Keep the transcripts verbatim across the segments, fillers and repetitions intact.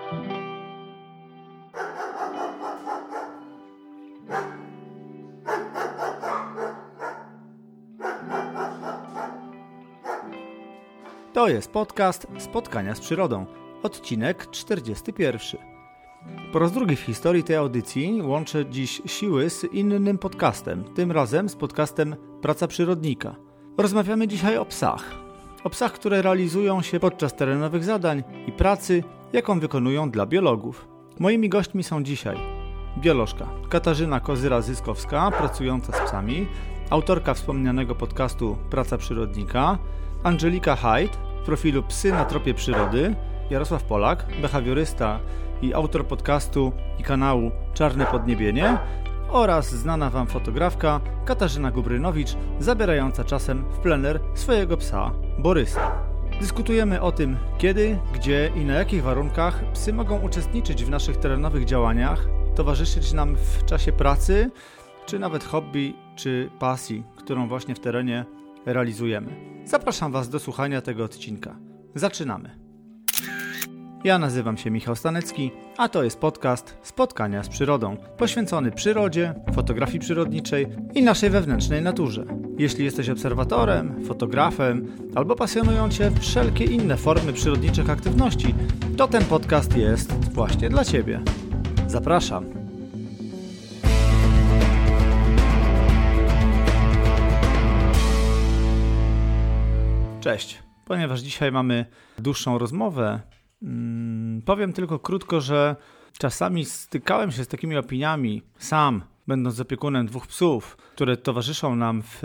To jest podcast Spotkania z Przyrodą, odcinek czterdziesty pierwszy. Po raz drugi w historii tej audycji łączę dziś siły z innym podcastem, tym razem z podcastem Praca Przyrodnika. Rozmawiamy dzisiaj o psach. O psach, które realizują się podczas terenowych zadań i pracy, jaką wykonują dla biologów. Moimi gośćmi są dzisiaj biolożka Katarzyna Kozyra-Zyskowska, pracująca z psami, autorka wspomnianego podcastu Praca Przyrodnika, Angelika Hajt, w profilu Psy na tropie przyrody, Jarosław Polak, behawiorysta i autor podcastu i kanału Czarne Podniebienie oraz znana Wam fotografka Katarzyna Gubrynowicz, zabierająca czasem w plener swojego psa Borysa. Dyskutujemy o tym, kiedy, gdzie i na jakich warunkach psy mogą uczestniczyć w naszych terenowych działaniach, towarzyszyć nam w czasie pracy, czy nawet hobby, czy pasji, którą właśnie w terenie realizujemy. Zapraszam Was do słuchania tego odcinka. Zaczynamy. Ja nazywam się Michał Stanecki, a to jest podcast Spotkania z Przyrodą, poświęcony przyrodzie, fotografii przyrodniczej i naszej wewnętrznej naturze. Jeśli jesteś obserwatorem, fotografem albo pasjonują Cię wszelkie inne formy przyrodniczych aktywności, to ten podcast jest właśnie dla Ciebie. Zapraszam. Cześć. Ponieważ dzisiaj mamy dłuższą rozmowę, hmm, powiem tylko krótko, że czasami stykałem się z takimi opiniami, sam, będąc opiekunem dwóch psów, które towarzyszą nam w,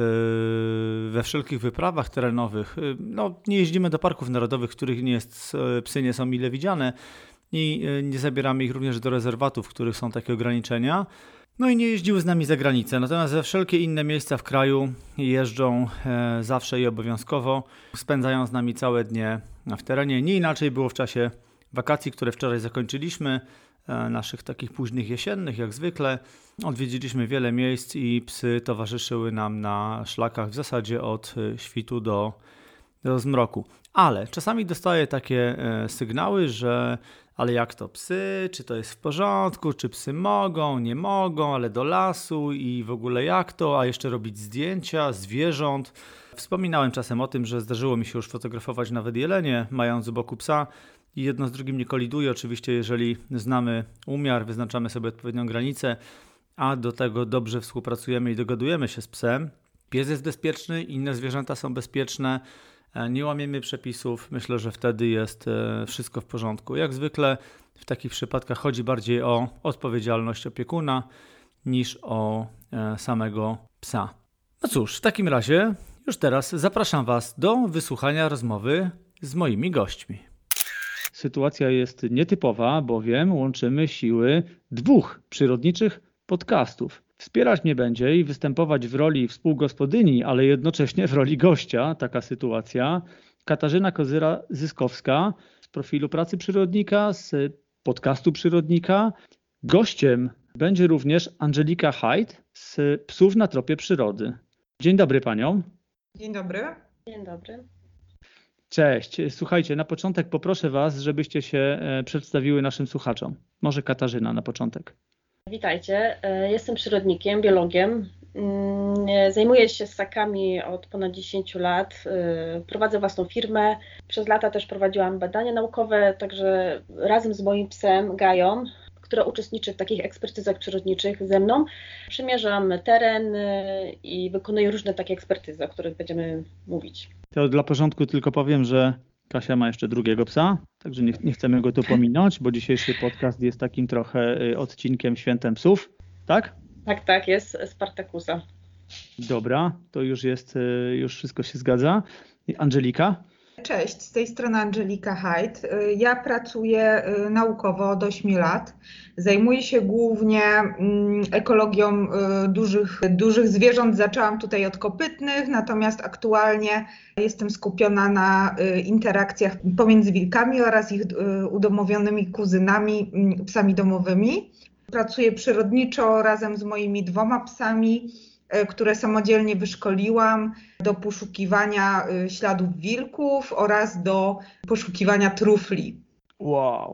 we wszelkich wyprawach terenowych. No, nie jeździmy do parków narodowych, w których nie jest, psy nie są mile widziane i nie zabieramy ich również do rezerwatów, w których są takie ograniczenia. No i nie jeździły z nami za granicę, natomiast we wszelkie inne miejsca w kraju jeżdżą e, zawsze i obowiązkowo, spędzają z nami całe dnie w terenie. Nie inaczej było w czasie wakacji, które wczoraj zakończyliśmy, e, naszych takich późnych jesiennych, jak zwykle. Odwiedziliśmy wiele miejsc i psy towarzyszyły nam na szlakach w zasadzie od świtu do, do zmroku. Ale czasami dostaję takie e, sygnały, że ale jak to psy, czy to jest w porządku, czy psy mogą, nie mogą, ale do lasu i w ogóle jak to, a jeszcze robić zdjęcia zwierząt. Wspominałem czasem o tym, że zdarzyło mi się już fotografować nawet jelenie, mając u boku psa i jedno z drugim nie koliduje. Oczywiście jeżeli znamy umiar, wyznaczamy sobie odpowiednią granicę, a do tego dobrze współpracujemy i dogadujemy się z psem. Pies jest bezpieczny, inne zwierzęta są bezpieczne, nie łamiemy przepisów, myślę, że wtedy jest wszystko w porządku. Jak zwykle w takich przypadkach chodzi bardziej o odpowiedzialność opiekuna niż o samego psa. No cóż, w takim razie już teraz zapraszam Was do wysłuchania rozmowy z moimi gośćmi. Sytuacja jest nietypowa, bowiem łączymy siły dwóch przyrodniczych podcastów. Wspierać mnie będzie i występować w roli współgospodyni, ale jednocześnie w roli gościa, taka sytuacja, Katarzyna Kozyra-Zyskowska z profilu Pracy Przyrodnika, z podcastu Przyrodnika. Gościem będzie również Angelika Hajt z Psów na tropie przyrody. Dzień dobry Paniom. Dzień dobry. Dzień dobry. Cześć. Słuchajcie, na początek poproszę Was, żebyście się przedstawiły naszym słuchaczom. Może Katarzyna na początek. Witajcie, jestem przyrodnikiem, biologiem. Zajmuję się ssakami od ponad dziesięć lat. Prowadzę własną firmę. Przez lata też prowadziłam badania naukowe, także razem z moim psem Gają, która uczestniczy w takich ekspertyzach przyrodniczych ze mną, przemierzam teren i wykonuję różne takie ekspertyzy, o których będziemy mówić. To dla porządku tylko powiem, że Kasia ma jeszcze drugiego psa, także nie, nie chcemy go tu pominąć, bo dzisiejszy podcast jest takim trochę odcinkiem Świętem Psów, tak? Tak, tak, jest Spartakusa. Dobra, to już jest, już wszystko się zgadza. Angelika? Cześć, z tej strony Angelika Hajt. Ja pracuję naukowo od ośmiu lat. Zajmuję się głównie ekologią dużych, dużych zwierząt. Zaczęłam tutaj od kopytnych, natomiast aktualnie jestem skupiona na interakcjach pomiędzy wilkami oraz ich udomowionymi kuzynami, psami domowymi. Pracuję przyrodniczo razem z moimi dwoma psami, które samodzielnie wyszkoliłam do poszukiwania śladów wilków oraz do poszukiwania trufli. Wow.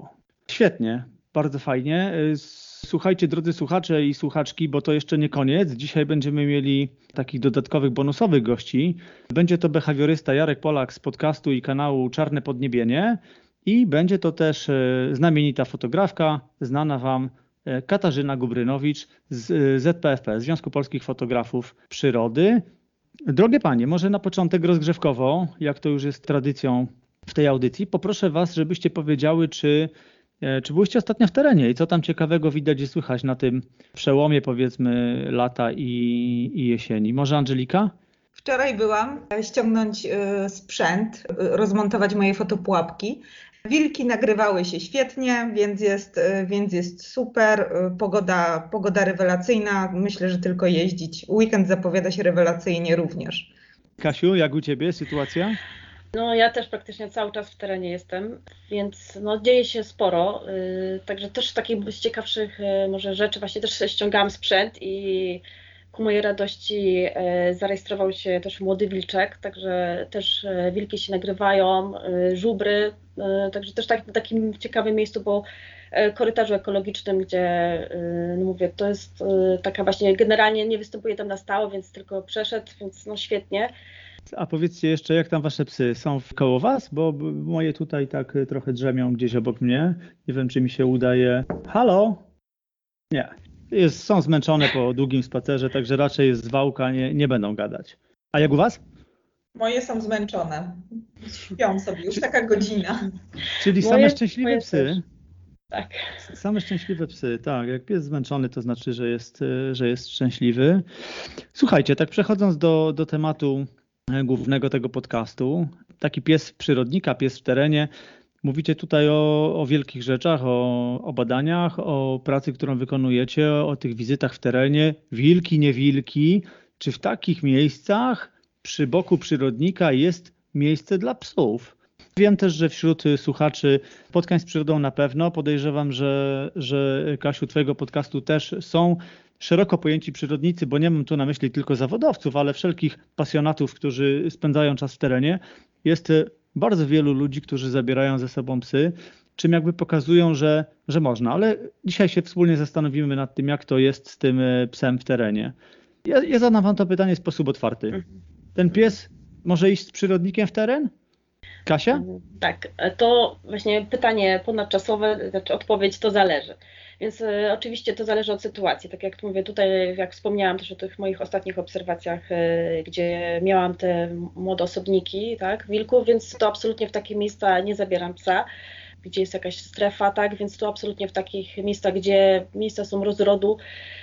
Świetnie, bardzo fajnie. Słuchajcie, drodzy słuchacze i słuchaczki, bo to jeszcze nie koniec. Dzisiaj będziemy mieli takich dodatkowych, bonusowych gości. Będzie to behawiorysta Jarek Polak z podcastu i kanału Czarne Podniebienie i będzie to też znamienita fotografka, znana Wam Katarzyna Gubrynowicz z Z P F P, Związku Polskich Fotografów Przyrody. Drogie Panie, może na początek rozgrzewkowo, jak to już jest tradycją w tej audycji, poproszę Was, żebyście powiedziały, czy Czy byłyście ostatnio w terenie i co tam ciekawego widać i słychać na tym przełomie, powiedzmy, lata i, i jesieni? Może Angelika? Wczoraj byłam ściągnąć sprzęt, rozmontować moje fotopułapki. Wilki nagrywały się świetnie, więc jest, więc jest super. Pogoda, pogoda rewelacyjna. Myślę, że tylko jeździć. Weekend zapowiada się rewelacyjnie również. Kasiu, jak u Ciebie sytuacja? No ja też praktycznie cały czas w terenie jestem, więc no, dzieje się sporo, yy, także też z takich z ciekawszych yy, może rzeczy właśnie też ściągałam sprzęt i ku mojej radości yy, zarejestrował się też młody wilczek, także też yy, wilki się nagrywają, yy, żubry, yy, także też tak, w takim ciekawym miejscu, bo yy, korytarzu ekologicznym, gdzie yy, no mówię, to jest yy, taka właśnie, generalnie nie występuje tam na stałe, więc tylko przeszedł, więc no świetnie. A powiedzcie jeszcze, jak tam wasze psy? Są koło was? Bo moje tutaj tak trochę drzemią gdzieś obok mnie. Nie wiem, czy mi się udaje. Halo? Nie. Jest, są zmęczone po długim spacerze, także raczej jest zwałka, nie, nie będą gadać. A jak u was? Moje są zmęczone. Śpią sobie, już taka godzina. Czyli same Moje- szczęśliwe moje psy. też. Tak. Same szczęśliwe psy, tak. Jak pies zmęczony, to znaczy, że jest, że jest szczęśliwy. Słuchajcie, tak przechodząc do, do tematu głównego tego podcastu, taki pies przyrodnika, pies w terenie. Mówicie tutaj o, o wielkich rzeczach, o, o badaniach, o pracy, którą wykonujecie, o tych wizytach w terenie. Wilki, nie wilki. Czy w takich miejscach przy boku przyrodnika jest miejsce dla psów? Wiem też, że wśród słuchaczy spotkań z przyrodą na pewno, podejrzewam, że, że Kasiu, twojego podcastu też są szeroko pojęci przyrodnicy, bo nie mam tu na myśli tylko zawodowców, ale wszelkich pasjonatów, którzy spędzają czas w terenie. Jest bardzo wielu ludzi, którzy zabierają ze sobą psy, czym jakby pokazują, że, że można. Ale dzisiaj się wspólnie zastanowimy nad tym, jak to jest z tym psem w terenie. Ja, ja zadam wam to pytanie w sposób otwarty. Ten pies może iść z przyrodnikiem w teren? Kasia? Tak, to właśnie pytanie ponadczasowe, znaczy odpowiedź to zależy. Więc y, oczywiście to zależy od sytuacji. Tak jak mówię, tutaj jak wspomniałam też o tych moich ostatnich obserwacjach, y, gdzie miałam te młode osobniki, tak, wilków, więc to absolutnie w takie miejsca nie zabieram psa, gdzie jest jakaś strefa, tak, więc to absolutnie w takich miejscach, gdzie miejsca są rozrodu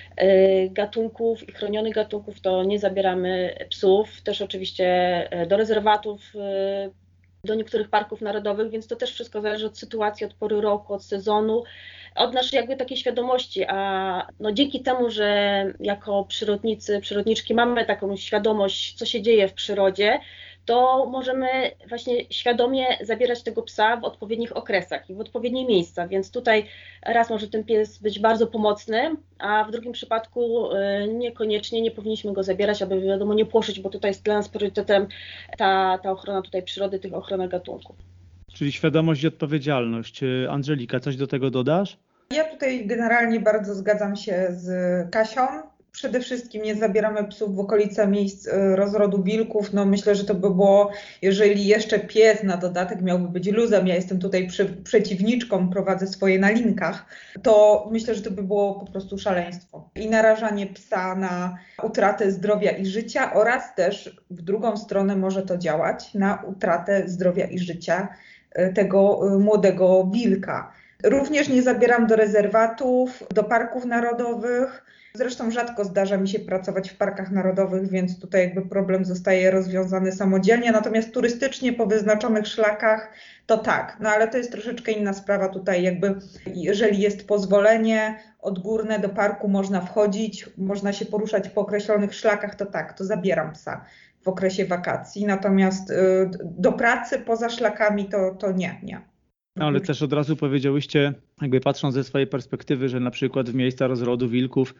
y, gatunków i chronionych gatunków, to nie zabieramy psów. Też oczywiście do rezerwatów, y, do niektórych parków narodowych, więc to też wszystko zależy od sytuacji, od pory roku, od sezonu, od naszej jakby takiej świadomości, a no dzięki temu, że jako przyrodnicy, przyrodniczki mamy taką świadomość, co się dzieje w przyrodzie, to możemy właśnie świadomie zabierać tego psa w odpowiednich okresach i w odpowiednie miejsca, więc tutaj raz może ten pies być bardzo pomocny, a w drugim przypadku niekoniecznie nie powinniśmy go zabierać, aby wiadomo nie płoszyć, bo tutaj jest dla nas priorytetem ta, ta ochrona tutaj przyrody, tych ochrona gatunków. Czyli świadomość i odpowiedzialność. Angelika, coś do tego dodasz? Ja tutaj generalnie bardzo zgadzam się z Kasią. Przede wszystkim nie zabieramy psów w okolice miejsc rozrodu wilków. No myślę, że to by było, jeżeli jeszcze pies na dodatek miałby być luzem, ja jestem tutaj przy, przeciwniczką, prowadzę swoje na linkach, to myślę, że to by było po prostu szaleństwo. I narażanie psa na utratę zdrowia i życia oraz też w drugą stronę może to działać na utratę zdrowia i życia tego młodego wilka. Również nie zabieram do rezerwatów, do parków narodowych. Zresztą rzadko zdarza mi się pracować w parkach narodowych, więc tutaj jakby problem zostaje rozwiązany samodzielnie. Natomiast turystycznie po wyznaczonych szlakach to tak, no ale to jest troszeczkę inna sprawa tutaj jakby, jeżeli jest pozwolenie odgórne do parku można wchodzić, można się poruszać po określonych szlakach, to tak, to zabieram psa w okresie wakacji. Natomiast do pracy poza szlakami to, to nie, nie. Ale też od razu powiedziałyście, jakby patrząc ze swojej perspektywy, że na przykład w miejsca rozrodu wilków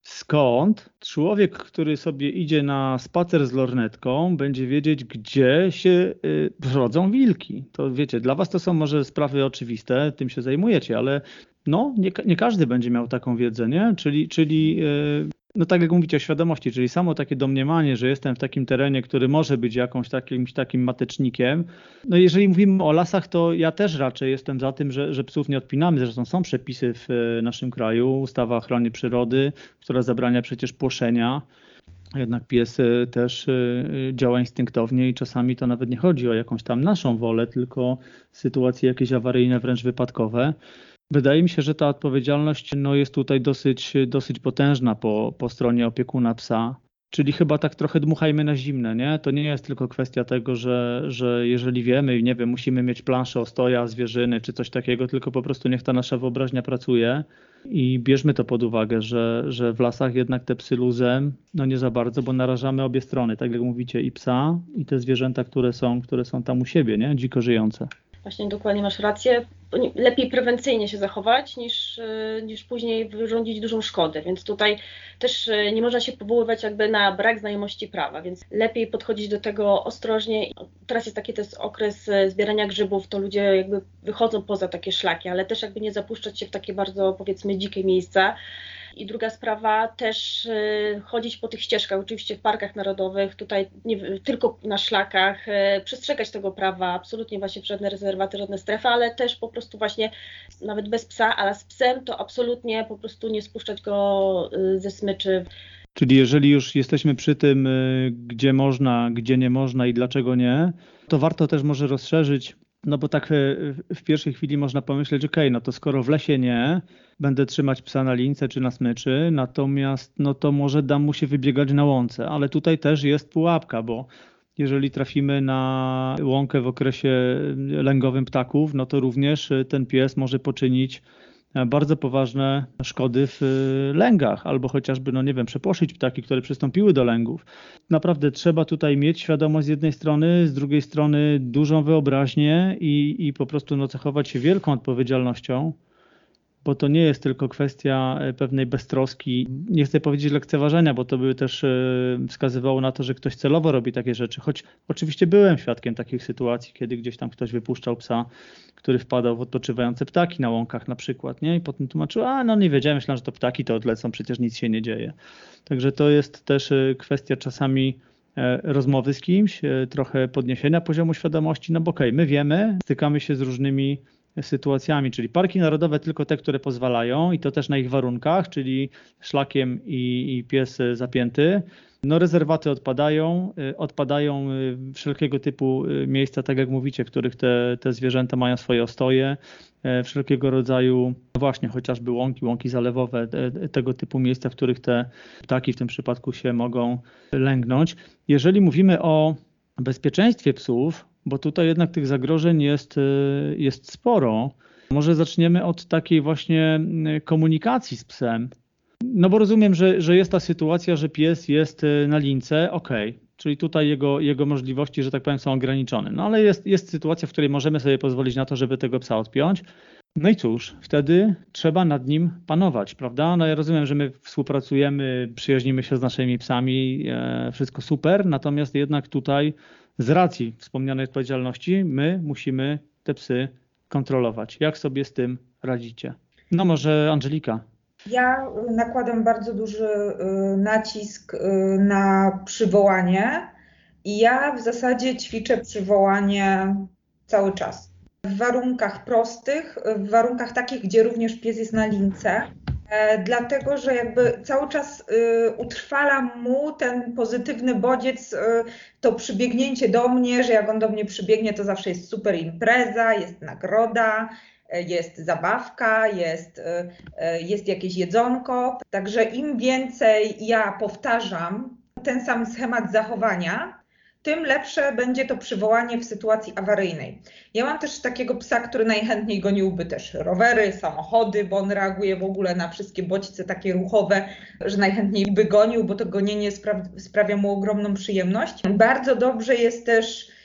skąd człowiek, który sobie idzie na spacer z lornetką, będzie wiedzieć, gdzie się y, rodzą wilki. To wiecie, dla was to są może sprawy oczywiste, tym się zajmujecie, ale no nie, nie każdy będzie miał taką wiedzę, nie? Czyli, czyli y, no tak jak mówicie o świadomości, czyli samo takie domniemanie, że jestem w takim terenie, który może być jakąś takim, takim matecznikiem. No jeżeli mówimy o lasach, to ja też raczej jestem za tym, że, że psów nie odpinamy. Zresztą są przepisy w naszym kraju, ustawa o ochronie przyrody, która zabrania przecież płoszenia. Jednak pies też działa instynktownie i czasami to nawet nie chodzi o jakąś tam naszą wolę, tylko sytuacje jakieś awaryjne, wręcz wypadkowe. Wydaje mi się, że ta odpowiedzialność no, jest tutaj dosyć, dosyć potężna po, po stronie opiekuna psa. Czyli chyba tak trochę dmuchajmy na zimne, nie? To nie jest tylko kwestia tego, że, że jeżeli wiemy i nie wiem, musimy mieć planszę ostoja, zwierzyny czy coś takiego, tylko po prostu niech ta nasza wyobraźnia pracuje i bierzmy to pod uwagę, że, że w lasach jednak te psy luzem, no nie za bardzo, bo narażamy obie strony, tak jak mówicie, i psa, i te zwierzęta, które są, które są tam u siebie, nie? Dziko żyjące. Właśnie dokładnie masz rację. Lepiej prewencyjnie się zachować niż, niż później wyrządzić dużą szkodę, więc tutaj też nie można się powoływać jakby na brak znajomości prawa, więc lepiej podchodzić do tego ostrożnie. Teraz jest taki też okres zbierania grzybów, to ludzie jakby wychodzą poza takie szlaki, ale też jakby nie zapuszczać się w takie bardzo powiedzmy dzikie miejsca. I druga sprawa, też y, chodzić po tych ścieżkach, oczywiście w parkach narodowych, tutaj nie, tylko na szlakach, y, przestrzegać tego prawa, absolutnie właśnie w żadne rezerwaty, żadne strefy, ale też po prostu właśnie nawet bez psa, ale z psem to absolutnie po prostu nie spuszczać go y, ze smyczy. Czyli jeżeli już jesteśmy przy tym, y, gdzie można, gdzie nie można i dlaczego nie, to warto też może rozszerzyć. No bo tak w pierwszej chwili można pomyśleć, okej, no to skoro w lesie nie, będę trzymać psa na lince czy na smyczy, natomiast no to może dam mu się wybiegać na łące, ale tutaj też jest pułapka, bo jeżeli trafimy na łąkę w okresie lęgowym ptaków, no to również ten pies może poczynić bardzo poważne szkody w lęgach, albo chociażby, no nie wiem, przepłoszyć ptaki, które przystąpiły do lęgów. Naprawdę trzeba tutaj mieć świadomość z jednej strony, z drugiej strony dużą wyobraźnię i, i po prostu no, cechować się wielką odpowiedzialnością, bo to nie jest tylko kwestia pewnej beztroski, nie chcę powiedzieć lekceważenia, bo to by też wskazywało na to, że ktoś celowo robi takie rzeczy, choć oczywiście byłem świadkiem takich sytuacji, kiedy gdzieś tam ktoś wypuszczał psa, który wpadał w odpoczywające ptaki na łąkach na przykład, nie? I potem tłumaczył, a no nie wiedziałem, myślałem, że to ptaki to odlecą, przecież nic się nie dzieje. Także to jest też kwestia czasami rozmowy z kimś, trochę podniesienia poziomu świadomości, no bo okej, okay, my wiemy, stykamy się z różnymi sytuacjami, czyli parki narodowe tylko te, które pozwalają i to też na ich warunkach, czyli szlakiem i, i pies zapięty. No rezerwaty odpadają, odpadają wszelkiego typu miejsca, tak jak mówicie, w których te, te zwierzęta mają swoje ostoje, wszelkiego rodzaju właśnie chociażby łąki, łąki zalewowe, tego typu miejsca, w których te ptaki w tym przypadku się mogą lęgnąć. Jeżeli mówimy o bezpieczeństwie psów, bo tutaj jednak tych zagrożeń jest, jest sporo. Może zaczniemy od takiej właśnie komunikacji z psem. No bo rozumiem, że, że jest ta sytuacja, że pies jest na lince, okej, okay. Czyli tutaj jego, jego możliwości, że tak powiem, są ograniczone. No ale jest, jest sytuacja, w której możemy sobie pozwolić na to, żeby tego psa odpiąć. No i cóż, wtedy trzeba nad nim panować, prawda? No ja rozumiem, że my współpracujemy, przyjaźnimy się z naszymi psami, e, wszystko super, natomiast jednak tutaj z racji wspomnianej odpowiedzialności my musimy te psy kontrolować. Jak sobie z tym radzicie? No może Angelika. Ja nakładam bardzo duży nacisk na przywołanie i ja w zasadzie ćwiczę przywołanie cały czas. W warunkach prostych, w warunkach takich, gdzie również pies jest na lince, dlatego że jakby cały czas utrwalam mu ten pozytywny bodziec, to przybiegnięcie do mnie, że jak on do mnie przybiegnie, to zawsze jest super impreza, jest nagroda, jest zabawka, jest, jest jakieś jedzonko. Także im więcej ja powtarzam ten sam schemat zachowania, tym lepsze będzie to przywołanie w sytuacji awaryjnej. Ja mam też takiego psa, który najchętniej goniłby też rowery, samochody, bo on reaguje w ogóle na wszystkie bodźce takie ruchowe, że najchętniej by gonił, bo to gonienie spra- sprawia mu ogromną przyjemność. Bardzo dobrze jest też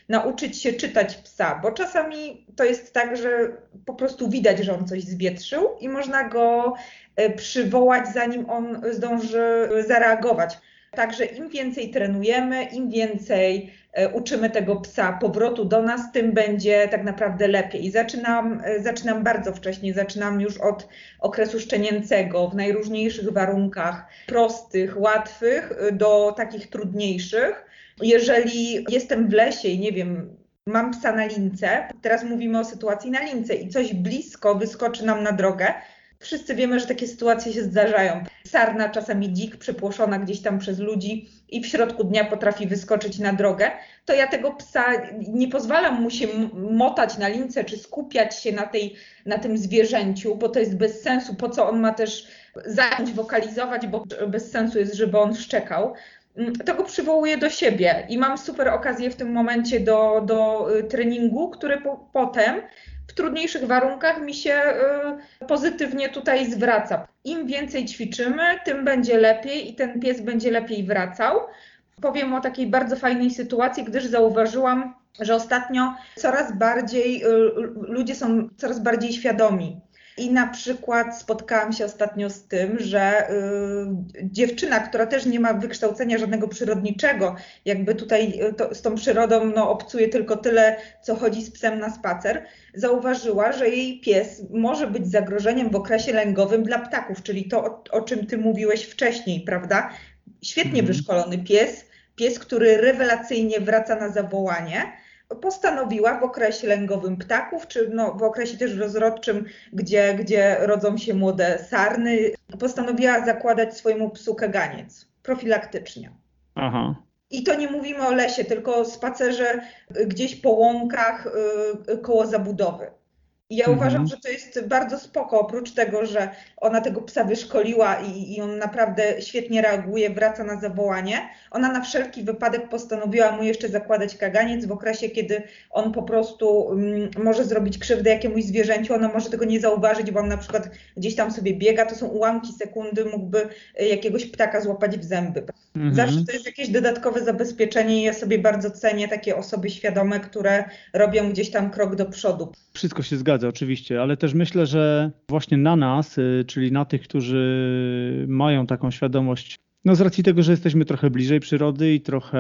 nauczyć się czytać psa, bo czasami to jest tak, że po prostu widać, że on coś zwietrzył i można go przywołać, zanim on zdąży zareagować. Także im więcej trenujemy, im więcej uczymy tego psa powrotu do nas, tym będzie tak naprawdę lepiej. Zaczynam, zaczynam bardzo wcześnie, zaczynam już od okresu szczenięcego w najróżniejszych warunkach, prostych, łatwych do takich trudniejszych. Jeżeli jestem w lesie i nie wiem, mam psa na lince, teraz mówimy o sytuacji na lince i coś blisko wyskoczy nam na drogę, wszyscy wiemy, że takie sytuacje się zdarzają. Sarna, czasami dzik, przepłoszona gdzieś tam przez ludzi i w środku dnia potrafi wyskoczyć na drogę, to ja tego psa nie pozwalam mu się motać na lince czy skupiać się na, tej, na tym zwierzęciu, bo to jest bez sensu. Po co on ma też zacząć wokalizować, bo bez sensu jest, żeby on szczekał. To go przywołuję do siebie i mam super okazję w tym momencie do, do treningu, który po, potem w trudniejszych warunkach mi się y, pozytywnie tutaj zwraca. Im więcej ćwiczymy, tym będzie lepiej i ten pies będzie lepiej wracał. Powiem o takiej bardzo fajnej sytuacji, gdyż zauważyłam, że ostatnio coraz bardziej y, ludzie są coraz bardziej świadomi. I na przykład spotkałam się ostatnio z tym, że y, dziewczyna, która też nie ma wykształcenia żadnego przyrodniczego, jakby tutaj to, z tą przyrodą no, obcuje tylko tyle, co chodzi z psem na spacer, zauważyła, że jej pies może być zagrożeniem w okresie lęgowym dla ptaków, czyli to, o, o czym ty mówiłeś wcześniej, prawda? Świetnie wyszkolony pies, pies, który rewelacyjnie wraca na zawołanie, postanowiła w okresie lęgowym ptaków, czy no, w okresie też rozrodczym, gdzie, gdzie rodzą się młode sarny, postanowiła zakładać swojemu psu kaganiec profilaktycznie. Aha. I to nie mówimy o lesie, tylko o spacerze gdzieś po łąkach yy, koło zabudowy. I ja mhm. uważam, że to jest bardzo spoko, oprócz tego, że ona tego psa wyszkoliła i, i on naprawdę świetnie reaguje, wraca na zawołanie. Ona na wszelki wypadek postanowiła mu jeszcze zakładać kaganiec w okresie, kiedy on po prostu um, może zrobić krzywdę jakiemuś zwierzęciu, ona może tego nie zauważyć, bo on na przykład gdzieś tam sobie biega, to są ułamki sekundy, mógłby jakiegoś ptaka złapać w zęby. Mhm. Zawsze to jest jakieś dodatkowe zabezpieczenie i ja sobie bardzo cenię takie osoby świadome, które robią gdzieś tam krok do przodu. Wszystko się zgadza oczywiście, ale też myślę, że właśnie na nas, czyli na tych, którzy mają taką świadomość, no z racji tego, że jesteśmy trochę bliżej przyrody i trochę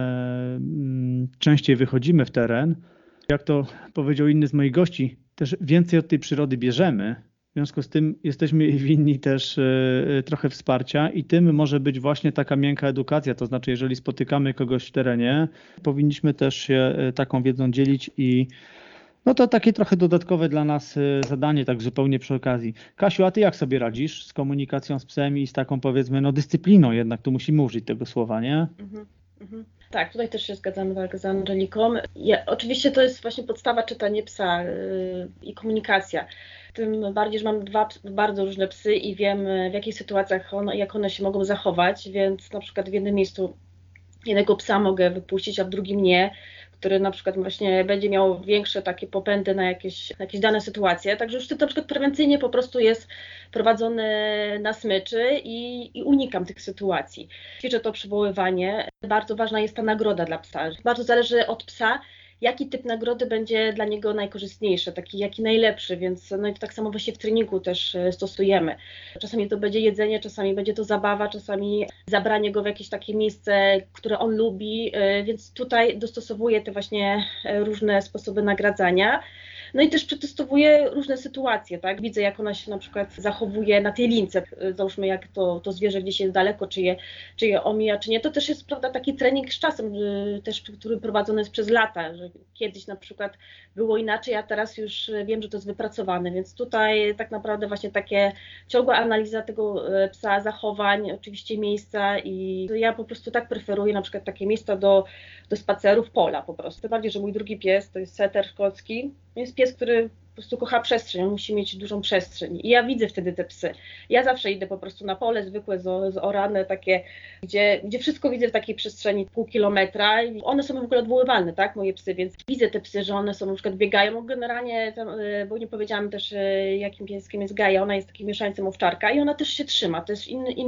mm, częściej wychodzimy w teren, jak to powiedział inny z moich gości, też więcej od tej przyrody bierzemy. W związku z tym jesteśmy jej winni też y, trochę wsparcia i tym może być właśnie taka miękka edukacja, to znaczy jeżeli spotykamy kogoś w terenie, powinniśmy też się taką wiedzą dzielić i no to takie trochę dodatkowe dla nas zadanie, tak zupełnie przy okazji. Kasiu, a ty jak sobie radzisz z komunikacją z psem i z taką powiedzmy no dyscypliną, jednak tu musimy użyć tego słowa, nie? Mhm, mhm. Tak, tutaj też się zgadzamy tak z Angeliką. Ja, oczywiście to jest właśnie podstawa czytanie psa yy, i komunikacja. Tym bardziej, że mam dwa bardzo różne psy i wiem w jakich sytuacjach one, jak one się mogą zachować, więc na przykład w jednym miejscu jednego psa mogę wypuścić, a w drugim nie, który na przykład właśnie będzie miał większe takie popędy na jakieś, na jakieś dane sytuacje. Także już to na przykład prewencyjnie po prostu jest prowadzony na smyczy i, i unikam tych sytuacji. Ćwiczę to przywoływanie. Bardzo ważna jest ta nagroda dla psa. Bardzo zależy od psa, jaki typ nagrody będzie dla niego najkorzystniejszy, taki jaki najlepszy, więc no i to tak samo właśnie w treningu też stosujemy. Czasami to będzie jedzenie, czasami będzie to zabawa, czasami zabranie go w jakieś takie miejsce, które on lubi, więc tutaj dostosowuję te właśnie różne sposoby nagradzania. No i też przetestowuję różne sytuacje, tak? Widzę, jak ona się na przykład zachowuje na tej lince, załóżmy jak to, to zwierzę gdzieś jest daleko, czy je, czy je omija, czy nie. To też jest, prawda, taki trening z czasem, też, który prowadzony jest przez lata, że kiedyś na przykład było inaczej, a teraz już wiem, że to jest wypracowane, więc tutaj tak naprawdę właśnie takie ciągła analiza tego psa, zachowań, oczywiście miejsca i ja po prostu tak preferuję na przykład takie miejsca do, do spacerów, pola po prostu. Tym bardziej, że mój drugi pies to jest setter szkocki, jest pies, który po prostu kocha przestrzeń, on musi mieć dużą przestrzeń i ja widzę wtedy te psy. Ja zawsze idę po prostu na pole zwykłe, zorane takie, gdzie, gdzie wszystko widzę w takiej przestrzeni pół kilometra i one są w ogóle odwoływalne, tak, moje psy, więc widzę te psy, że one są na przykład biegają, generalnie, tam, bo nie powiedziałam też jakim pieskiem jest Gaja, ona jest takim mieszańcem owczarka i ona też się trzyma, to jest inny, inny typ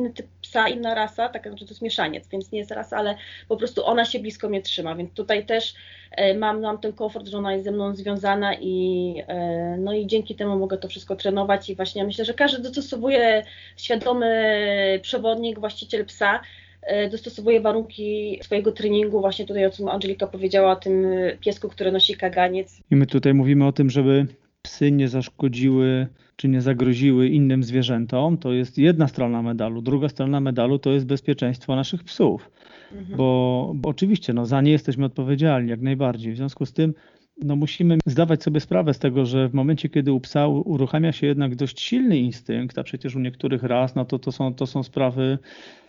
psa inna rasa, taka, że to jest mieszaniec, więc nie jest rasa, ale po prostu ona się blisko mnie trzyma, więc tutaj też mam, mam ten komfort, że ona jest ze mną związana i, no i dzięki temu mogę to wszystko trenować i właśnie myślę, że każdy dostosowuje, świadomy przewodnik, właściciel psa, dostosowuje warunki swojego treningu, właśnie tutaj o czym Angelika powiedziała, o tym piesku, który nosi kaganiec. I my tutaj mówimy o tym, żeby psy nie zaszkodziły czy nie zagroziły innym zwierzętom, to jest jedna strona medalu. Druga strona medalu to jest bezpieczeństwo naszych psów, mhm. bo, bo oczywiście no, za nie jesteśmy odpowiedzialni jak najbardziej. W związku z tym no, musimy zdawać sobie sprawę z tego, że w momencie, kiedy u psa uruchamia się jednak dość silny instynkt, a przecież u niektórych ras no, to, to, są, to są sprawy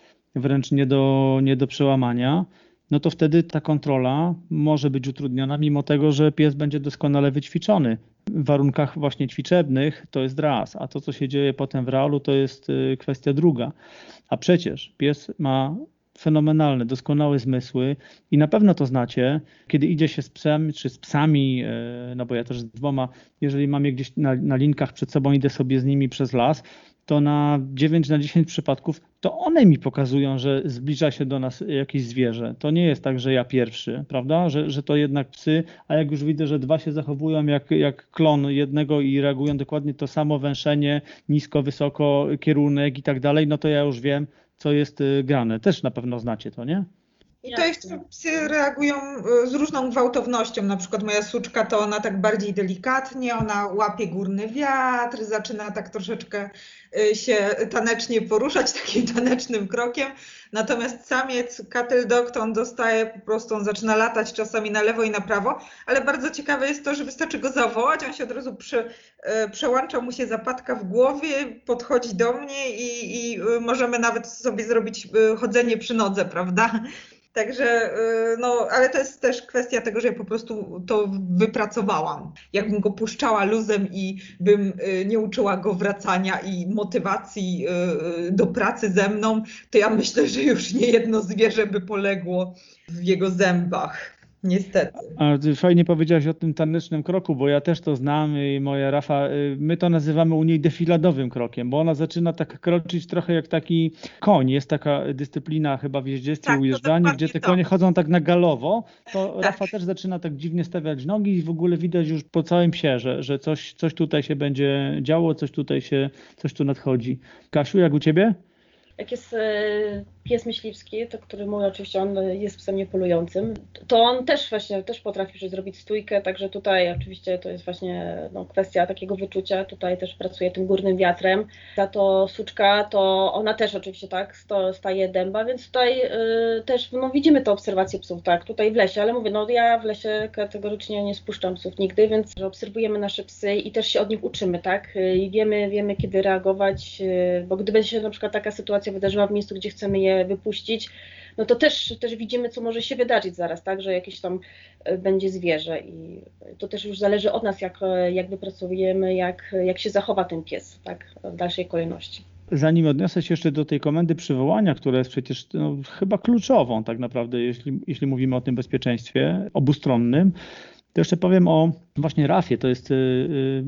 wręcz nie do, nie do przełamania, no to wtedy ta kontrola może być utrudniona, mimo tego, że pies będzie doskonale wyćwiczony. W warunkach właśnie ćwiczebnych to jest raz, a to, co się dzieje potem w realu, to jest kwestia druga. A przecież pies ma fenomenalne, doskonałe zmysły i na pewno to znacie, kiedy idzie się z psem czy z psami, no bo ja też z dwoma, jeżeli mam je gdzieś na, na linkach przed sobą, idę sobie z nimi przez las, to na dziewięć na dziesięć przypadków to one mi pokazują, że zbliża się do nas jakieś zwierzę. To nie jest tak, że ja pierwszy, prawda? Że, że to jednak psy, a jak już widzę, że dwa się zachowują jak, jak klon jednego i reagują dokładnie to samo, węszenie, nisko, wysoko, kierunek i tak dalej, no to ja już wiem, co jest grane. Też na pewno znacie to, nie? I to jeszcze psy reagują z różną gwałtownością. Na przykład moja suczka to ona tak bardziej delikatnie, ona łapie górny wiatr, zaczyna tak troszeczkę się tanecznie poruszać takim tanecznym krokiem. Natomiast samiec cattle dog to on dostaje po prostu, on zaczyna latać czasami na lewo i na prawo, ale bardzo ciekawe jest to, że wystarczy go zawołać, on się od razu prze, przełącza mu się zapadka w głowie, podchodzi do mnie i, i możemy nawet sobie zrobić chodzenie przy nodze, prawda? Także, no, ale to jest też kwestia tego, że ja po prostu to wypracowałam. Jakbym go puszczała luzem i bym nie uczyła go wracania i motywacji do pracy ze mną, to ja myślę, że już nie jedno zwierzę by poległo w jego zębach. Niestety. A ty fajnie powiedziałaś o tym tanecznym kroku, bo ja też to znam i moja Rafa, my to nazywamy u niej defiladowym krokiem, bo ona zaczyna tak kroczyć trochę jak taki koń. Jest taka dyscyplina chyba w jeździectwie, tak, ujeżdżaniu, gdzie te to. konie chodzą tak na galowo, to tak. Rafa też zaczyna tak dziwnie stawiać nogi i w ogóle widać już po całym psie, że, że coś, coś tutaj się będzie działo, coś tutaj się, coś tu nadchodzi. Kasiu, jak u ciebie? Jak jest pies myśliwski, to który mój oczywiście on jest psem niepolującym, to on też właśnie też potrafi zrobić stójkę, także tutaj oczywiście to jest właśnie no, kwestia takiego wyczucia, tutaj też pracuje tym górnym wiatrem. Za to suczka, to ona też oczywiście tak sto, staje dęba, więc tutaj y, też no, widzimy te obserwacje psów, tak, tutaj w lesie, ale mówię, no ja w lesie kategorycznie nie spuszczam psów nigdy, więc obserwujemy nasze psy i też się od nich uczymy, tak, i wiemy, wiemy kiedy reagować, y, bo gdyby się na przykład taka sytuacja wydarzyła w miejscu, gdzie chcemy je wypuścić, no to też, też widzimy, co może się wydarzyć zaraz, tak, że jakieś tam będzie zwierzę i to też już zależy od nas, jak, jak wypracujemy, jak, jak się zachowa ten pies, tak, w dalszej kolejności. Zanim odniosę się jeszcze do tej komendy przywołania, która jest przecież no, chyba kluczową tak naprawdę, jeśli, jeśli mówimy o tym bezpieczeństwie obustronnym, to jeszcze powiem o właśnie Rafie, to jest yy,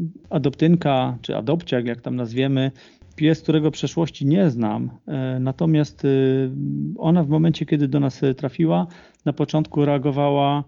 adoptynka, czy adopciak, jak tam nazwiemy, pies, którego przeszłości nie znam, natomiast ona w momencie, kiedy do nas trafiła, na początku reagowała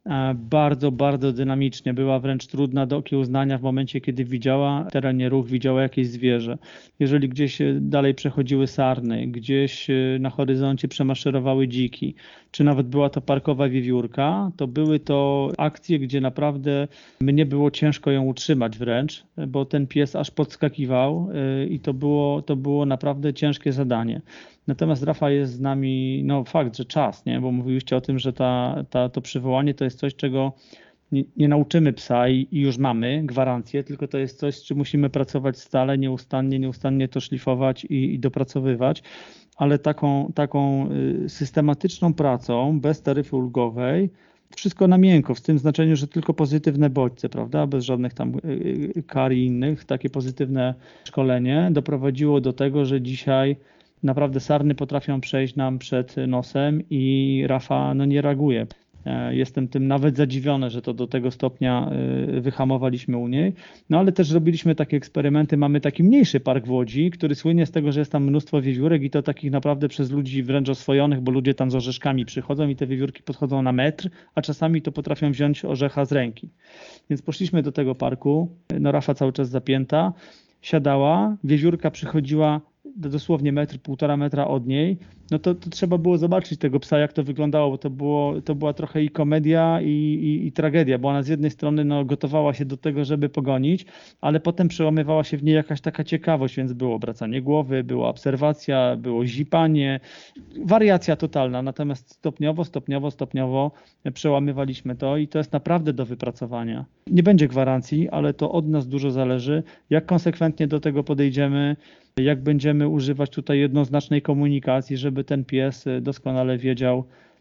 bardzo, bardzo dynamicznie. Była wręcz trudna do okiełznania w momencie, kiedy widziała w terenie ruch, widziała jakieś zwierzę. Jeżeli gdzieś dalej przechodziły sarny, gdzieś na horyzoncie przemaszerowały dziki, czy nawet była to parkowa wiewiórka, to były to akcje, gdzie naprawdę mnie było ciężko ją utrzymać wręcz, bo ten pies aż podskakiwał i to było, to było naprawdę ciężkie zadanie. Natomiast Rafa jest z nami, no fakt, że czas, nie? Bo mówiliście o tym, że ta, ta, to przywołanie to jest coś, czego nie, nie nauczymy psa i, i już mamy gwarancję, tylko to jest coś, z czym musimy pracować stale, nieustannie, nieustannie to szlifować i, i dopracowywać, ale taką, taką systematyczną pracą, bez taryfy ulgowej, wszystko na miękko, w tym znaczeniu, że tylko pozytywne bodźce, prawda, bez żadnych tam kar i innych, takie pozytywne szkolenie doprowadziło do tego, że dzisiaj naprawdę sarny potrafią przejść nam przed nosem i Rafa no, nie reaguje. Jestem tym nawet zadziwiony, że to do tego stopnia wyhamowaliśmy u niej. No ale też robiliśmy takie eksperymenty. Mamy taki mniejszy park w Łodzi, który słynie z tego, że jest tam mnóstwo wiewiórek i to takich naprawdę przez ludzi wręcz oswojonych, bo ludzie tam z orzeszkami przychodzą i te wiewiórki podchodzą na metr, a czasami to potrafią wziąć orzecha z ręki. Więc poszliśmy do tego parku, no Rafa cały czas zapięta, siadała, wiewiórka przychodziła dosłownie metr, półtora metra od niej, no to, to trzeba było zobaczyć tego psa, jak to wyglądało, bo to, było, to była trochę i komedia, i, i, i tragedia, bo ona z jednej strony no, gotowała się do tego, żeby pogonić, ale potem przełamywała się w niej jakaś taka ciekawość, więc było obracanie głowy, była obserwacja, było zipanie, wariacja totalna, natomiast stopniowo, stopniowo, stopniowo przełamywaliśmy to i to jest naprawdę do wypracowania. Nie będzie gwarancji, ale to od nas dużo zależy, jak konsekwentnie do tego podejdziemy, jak będziemy używać tutaj jednoznacznej komunikacji, żeby ten pies doskonale wiedział,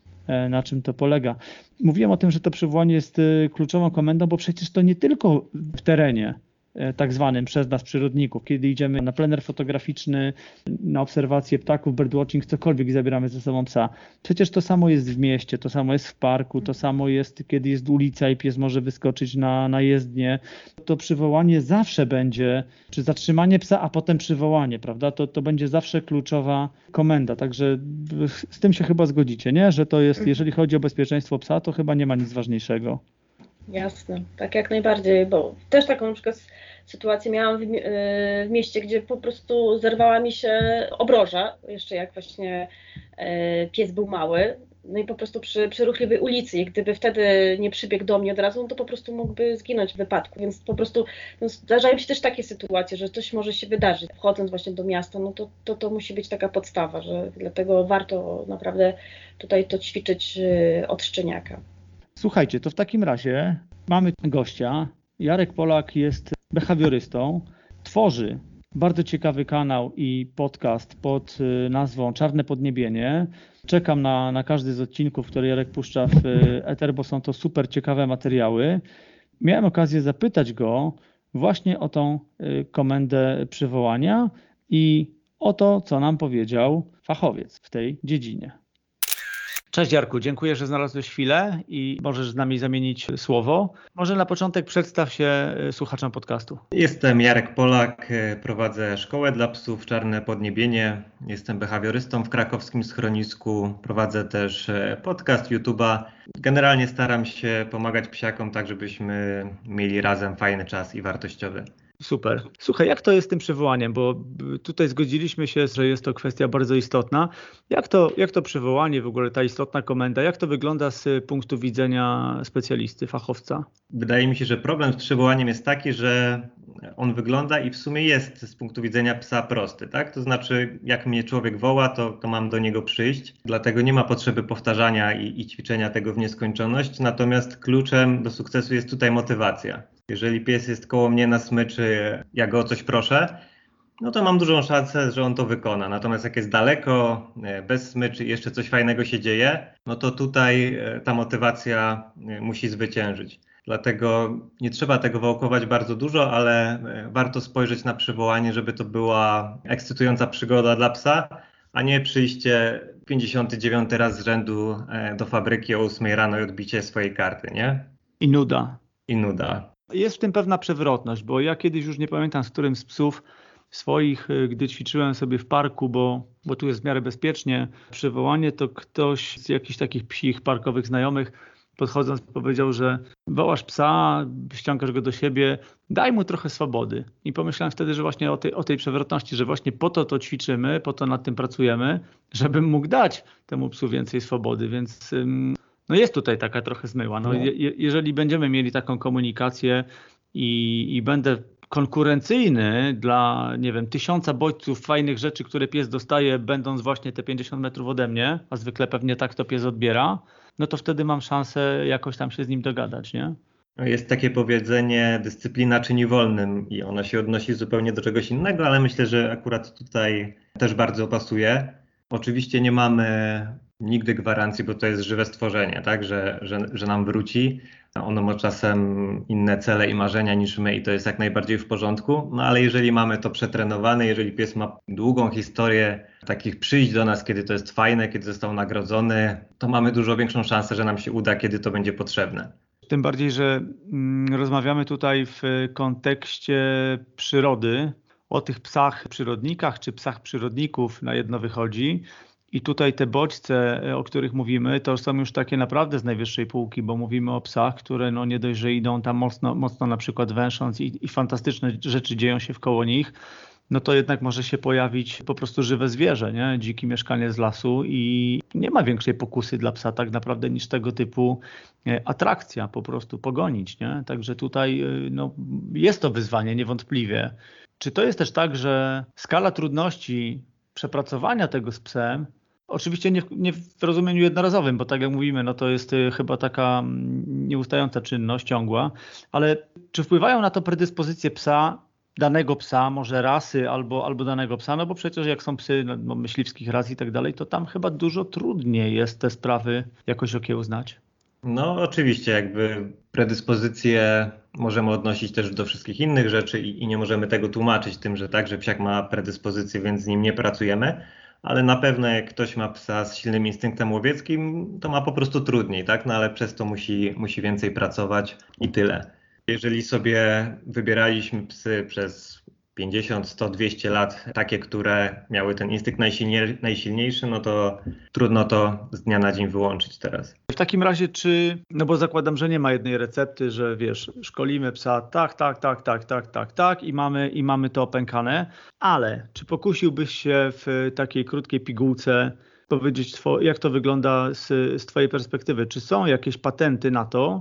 na czym to polega. Mówiłem o tym, że to przywołanie jest kluczową komendą, bo przecież to nie tylko w terenie tak zwanym przez nas przyrodników, kiedy idziemy na plener fotograficzny, na obserwację ptaków, birdwatching, cokolwiek i zabieramy ze sobą psa. Przecież to samo jest w mieście, to samo jest w parku, to samo jest, kiedy jest ulica i pies może wyskoczyć na, na jezdnię. To przywołanie zawsze będzie, czy zatrzymanie psa, a potem przywołanie, prawda? To, to będzie zawsze kluczowa komenda, także z tym się chyba zgodzicie, nie? Że to jest, jeżeli chodzi o bezpieczeństwo psa, to chyba nie ma nic ważniejszego. Jasne, tak jak najbardziej, bo też taką na przykład sytuację miałam w, w mieście, gdzie po prostu zerwała mi się obroża, jeszcze jak właśnie pies był mały, no i po prostu przy, przy ruchliwej ulicy, i gdyby wtedy nie przybiegł do mnie od razu, no to po prostu mógłby zginąć w wypadku, więc po prostu no, zdarzają się też takie sytuacje, że coś może się wydarzyć, wchodząc właśnie do miasta, no to, to, to musi być taka podstawa, że dlatego warto naprawdę tutaj to ćwiczyć od szczeniaka. Słuchajcie, to w takim razie mamy gościa. Jarek Polak jest behawiorystą, tworzy bardzo ciekawy kanał i podcast pod nazwą Czarne Podniebienie. Czekam na, na każdy z odcinków, które Jarek puszcza w eter, bo są to super ciekawe materiały. Miałem okazję zapytać go właśnie o tą komendę przywołania i o to, co nam powiedział fachowiec w tej dziedzinie. Cześć Jarku, dziękuję, że znalazłeś chwilę i możesz z nami zamienić słowo. Może na początek przedstaw się słuchaczom podcastu. Jestem Jarek Polak, prowadzę szkołę dla psów Czarne Podniebienie. Jestem behawiorystą w krakowskim schronisku, prowadzę też podcast YouTube'a. Generalnie staram się pomagać psiakom tak, żebyśmy mieli razem fajny czas i wartościowy. Super. Słuchaj, jak to jest z tym przywołaniem, bo tutaj zgodziliśmy się, że jest to kwestia bardzo istotna. Jak to, jak to przywołanie, w ogóle ta istotna komenda, jak to wygląda z punktu widzenia specjalisty, fachowca? Wydaje mi się, że problem z przywołaniem jest taki, że on wygląda i w sumie jest z punktu widzenia psa prosty, tak? To znaczy, jak mnie człowiek woła, to, to mam do niego przyjść, dlatego nie ma potrzeby powtarzania i, i ćwiczenia tego w nieskończoność, natomiast kluczem do sukcesu jest tutaj motywacja. Jeżeli pies jest koło mnie na smyczy, ja go o coś proszę, no to mam dużą szansę, że on to wykona. Natomiast jak jest daleko, bez smyczy i jeszcze coś fajnego się dzieje, no to tutaj ta motywacja musi zwyciężyć. Dlatego nie trzeba tego wałkować bardzo dużo, ale warto spojrzeć na przywołanie, żeby to była ekscytująca przygoda dla psa, a nie przyjście pięćdziesiąty dziewiąty raz z rzędu do fabryki o ósmej rano i odbicie swojej karty, nie? I nuda. I nuda. Jest w tym pewna przewrotność, bo ja kiedyś już nie pamiętam z którym z psów swoich, gdy ćwiczyłem sobie w parku, bo, bo tu jest w miarę bezpiecznie przywołanie, to ktoś z jakichś takich psich parkowych znajomych podchodząc powiedział, że wołasz psa, ściągasz go do siebie, daj mu trochę swobody. I pomyślałem wtedy, że właśnie o tej, o tej przewrotności, że właśnie po to to ćwiczymy, po to nad tym pracujemy, żebym mógł dać temu psu więcej swobody, więc no jest tutaj taka trochę zmyła. No, je, jeżeli będziemy mieli taką komunikację i, i będę konkurencyjny dla, nie wiem, tysiąca bodźców, fajnych rzeczy, które pies dostaje, będąc właśnie te pięćdziesiąt metrów ode mnie, a zwykle pewnie tak to pies odbiera, no to wtedy mam szansę jakoś tam się z nim dogadać, nie? Jest takie powiedzenie, dyscyplina czyni wolnym i ona się odnosi zupełnie do czegoś innego, ale myślę, że akurat tutaj też bardzo pasuje. Oczywiście nie mamy nigdy gwarancji, bo to jest żywe stworzenie, tak, że, że, że nam wróci. Ono ma czasem inne cele i marzenia niż my i to jest jak najbardziej w porządku, no ale jeżeli mamy to przetrenowane, jeżeli pies ma długą historię takich przyjść do nas, kiedy to jest fajne, kiedy został nagrodzony, to mamy dużo większą szansę, że nam się uda, kiedy to będzie potrzebne. Tym bardziej, że mm, rozmawiamy tutaj w kontekście przyrody, o tych psach przyrodnikach czy psach przyrodników na jedno wychodzi. I tutaj te bodźce, o których mówimy, to są już takie naprawdę z najwyższej półki, bo mówimy o psach, które no nie dość, że idą tam mocno, mocno na przykład węsząc i, i fantastyczne rzeczy dzieją się wkoło nich, no to jednak może się pojawić po prostu żywe zwierzę, nie? Dziki mieszkanie z lasu i nie ma większej pokusy dla psa tak naprawdę niż tego typu atrakcja, po prostu pogonić, nie? Także tutaj no, jest to wyzwanie niewątpliwie. Czy to jest też tak, że skala trudności przepracowania tego z psem, oczywiście nie w, nie w rozumieniu jednorazowym, bo tak jak mówimy, no to jest chyba taka nieustająca czynność, ciągła, ale czy wpływają na to predyspozycje psa, danego psa, może rasy albo, albo danego psa, no bo przecież jak są psy no, myśliwskich ras i tak dalej, to tam chyba dużo trudniej jest te sprawy jakoś okiełznać. No oczywiście, jakby predyspozycje możemy odnosić też do wszystkich innych rzeczy i, i nie możemy tego tłumaczyć tym, że tak, że psiak ma predyspozycje, więc z nim nie pracujemy, ale na pewno jak ktoś ma psa z silnym instynktem łowieckim, to ma po prostu trudniej, tak, no ale przez to musi, musi więcej pracować i tyle. Jeżeli sobie wybieraliśmy psy przez pięćdziesiąt, sto, dwieście lat, takie, które miały ten instynkt najsilniej, najsilniejszy, no to trudno to z dnia na dzień wyłączyć teraz. W takim razie czy, no bo zakładam, że nie ma jednej recepty, że wiesz, szkolimy psa tak, tak, tak, tak, tak, tak, tak i mamy, i mamy to opękane, ale czy pokusiłbyś się w takiej krótkiej pigułce powiedzieć, jak to wygląda z, z twojej perspektywy? Czy są jakieś patenty na to,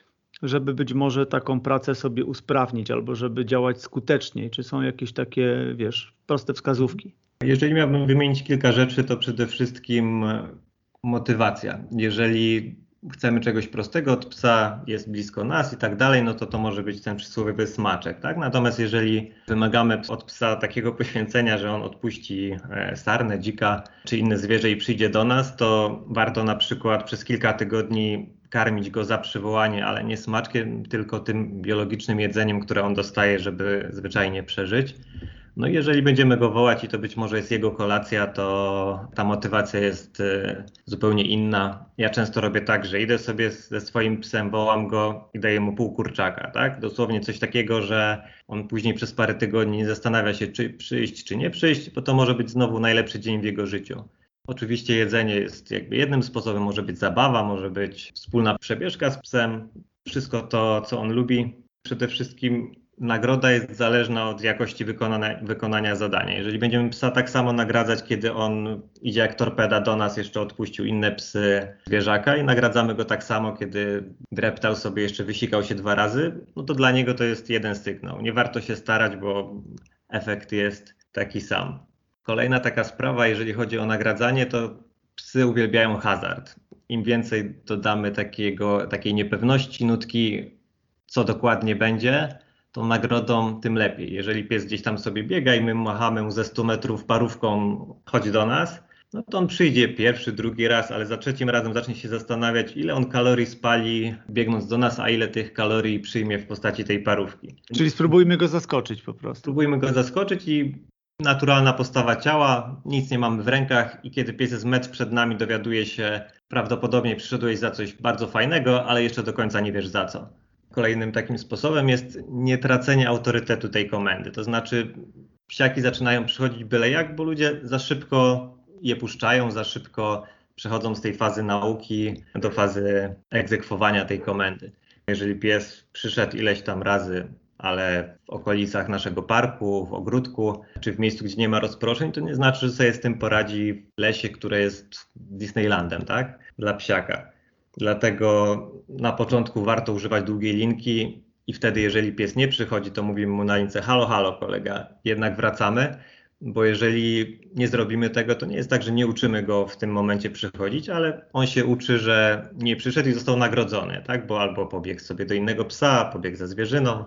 żeby być może taką pracę sobie usprawnić albo żeby działać skuteczniej? Czy są jakieś takie, wiesz, proste wskazówki? Jeżeli miałbym wymienić kilka rzeczy, to przede wszystkim motywacja. Jeżeli chcemy czegoś prostego od psa, jest blisko nas i tak dalej, no to to może być ten przysłowiowy smaczek, tak? Natomiast jeżeli wymagamy od psa takiego poświęcenia, że on odpuści sarnę, dzika czy inne zwierzę i przyjdzie do nas, to warto na przykład przez kilka tygodni karmić go za przywołanie, ale nie smaczkiem, tylko tym biologicznym jedzeniem, które on dostaje, żeby zwyczajnie przeżyć. No i jeżeli będziemy go wołać i to być może jest jego kolacja, to ta motywacja jest zupełnie inna. Ja często robię tak, że idę sobie ze swoim psem, wołam go i daję mu pół kurczaka, tak? Dosłownie coś takiego, że on później przez parę tygodni nie zastanawia się, czy przyjść, czy nie przyjść, bo to może być znowu najlepszy dzień w jego życiu. Oczywiście jedzenie jest jakby jednym sposobem, może być zabawa, może być wspólna przebieżka z psem, wszystko to, co on lubi. Przede wszystkim nagroda jest zależna od jakości wykonania, wykonania zadania. Jeżeli będziemy psa tak samo nagradzać, kiedy on idzie jak torpeda do nas, jeszcze odpuścił inne psy zwierzaka i nagradzamy go tak samo, kiedy dreptał sobie, jeszcze wysikał się dwa razy, no to dla niego to jest jeden sygnał. Nie warto się starać, bo efekt jest taki sam. Kolejna taka sprawa, jeżeli chodzi o nagradzanie, to psy uwielbiają hazard. Im więcej dodamy takiego, takiej niepewności, nutki, co dokładnie będzie, tą nagrodą tym lepiej. Jeżeli pies gdzieś tam sobie biega i my machamy mu ze stu metrów parówką, chodź do nas, no to on przyjdzie pierwszy, drugi raz, ale za trzecim razem zacznie się zastanawiać, ile on kalorii spali biegnąc do nas, a ile tych kalorii przyjmie w postaci tej parówki. Czyli spróbujmy go zaskoczyć po prostu. Spróbujmy go zaskoczyć i naturalna postawa ciała, nic nie mamy w rękach i kiedy pies jest metr przed nami, dowiaduje się, prawdopodobnie przyszedłeś za coś bardzo fajnego, ale jeszcze do końca nie wiesz za co. Kolejnym takim sposobem jest nietracenie autorytetu tej komendy. To znaczy psiaki zaczynają przychodzić byle jak, bo ludzie za szybko je puszczają, za szybko przechodzą z tej fazy nauki do fazy egzekwowania tej komendy. Jeżeli pies przyszedł ileś tam razy, ale w okolicach naszego parku, w ogródku, czy w miejscu, gdzie nie ma rozproszeń, to nie znaczy, że sobie z tym poradzi w lesie, które jest Disneylandem, tak? Dla psiaka. Dlatego na początku warto używać długiej linki i wtedy, jeżeli pies nie przychodzi, to mówimy mu na lince: halo, halo kolega, jednak wracamy, bo jeżeli nie zrobimy tego, to nie jest tak, że nie uczymy go w tym momencie przychodzić, ale on się uczy, że nie przyszedł i został nagrodzony, tak? Bo albo pobiegł sobie do innego psa, pobiegł za zwierzyną,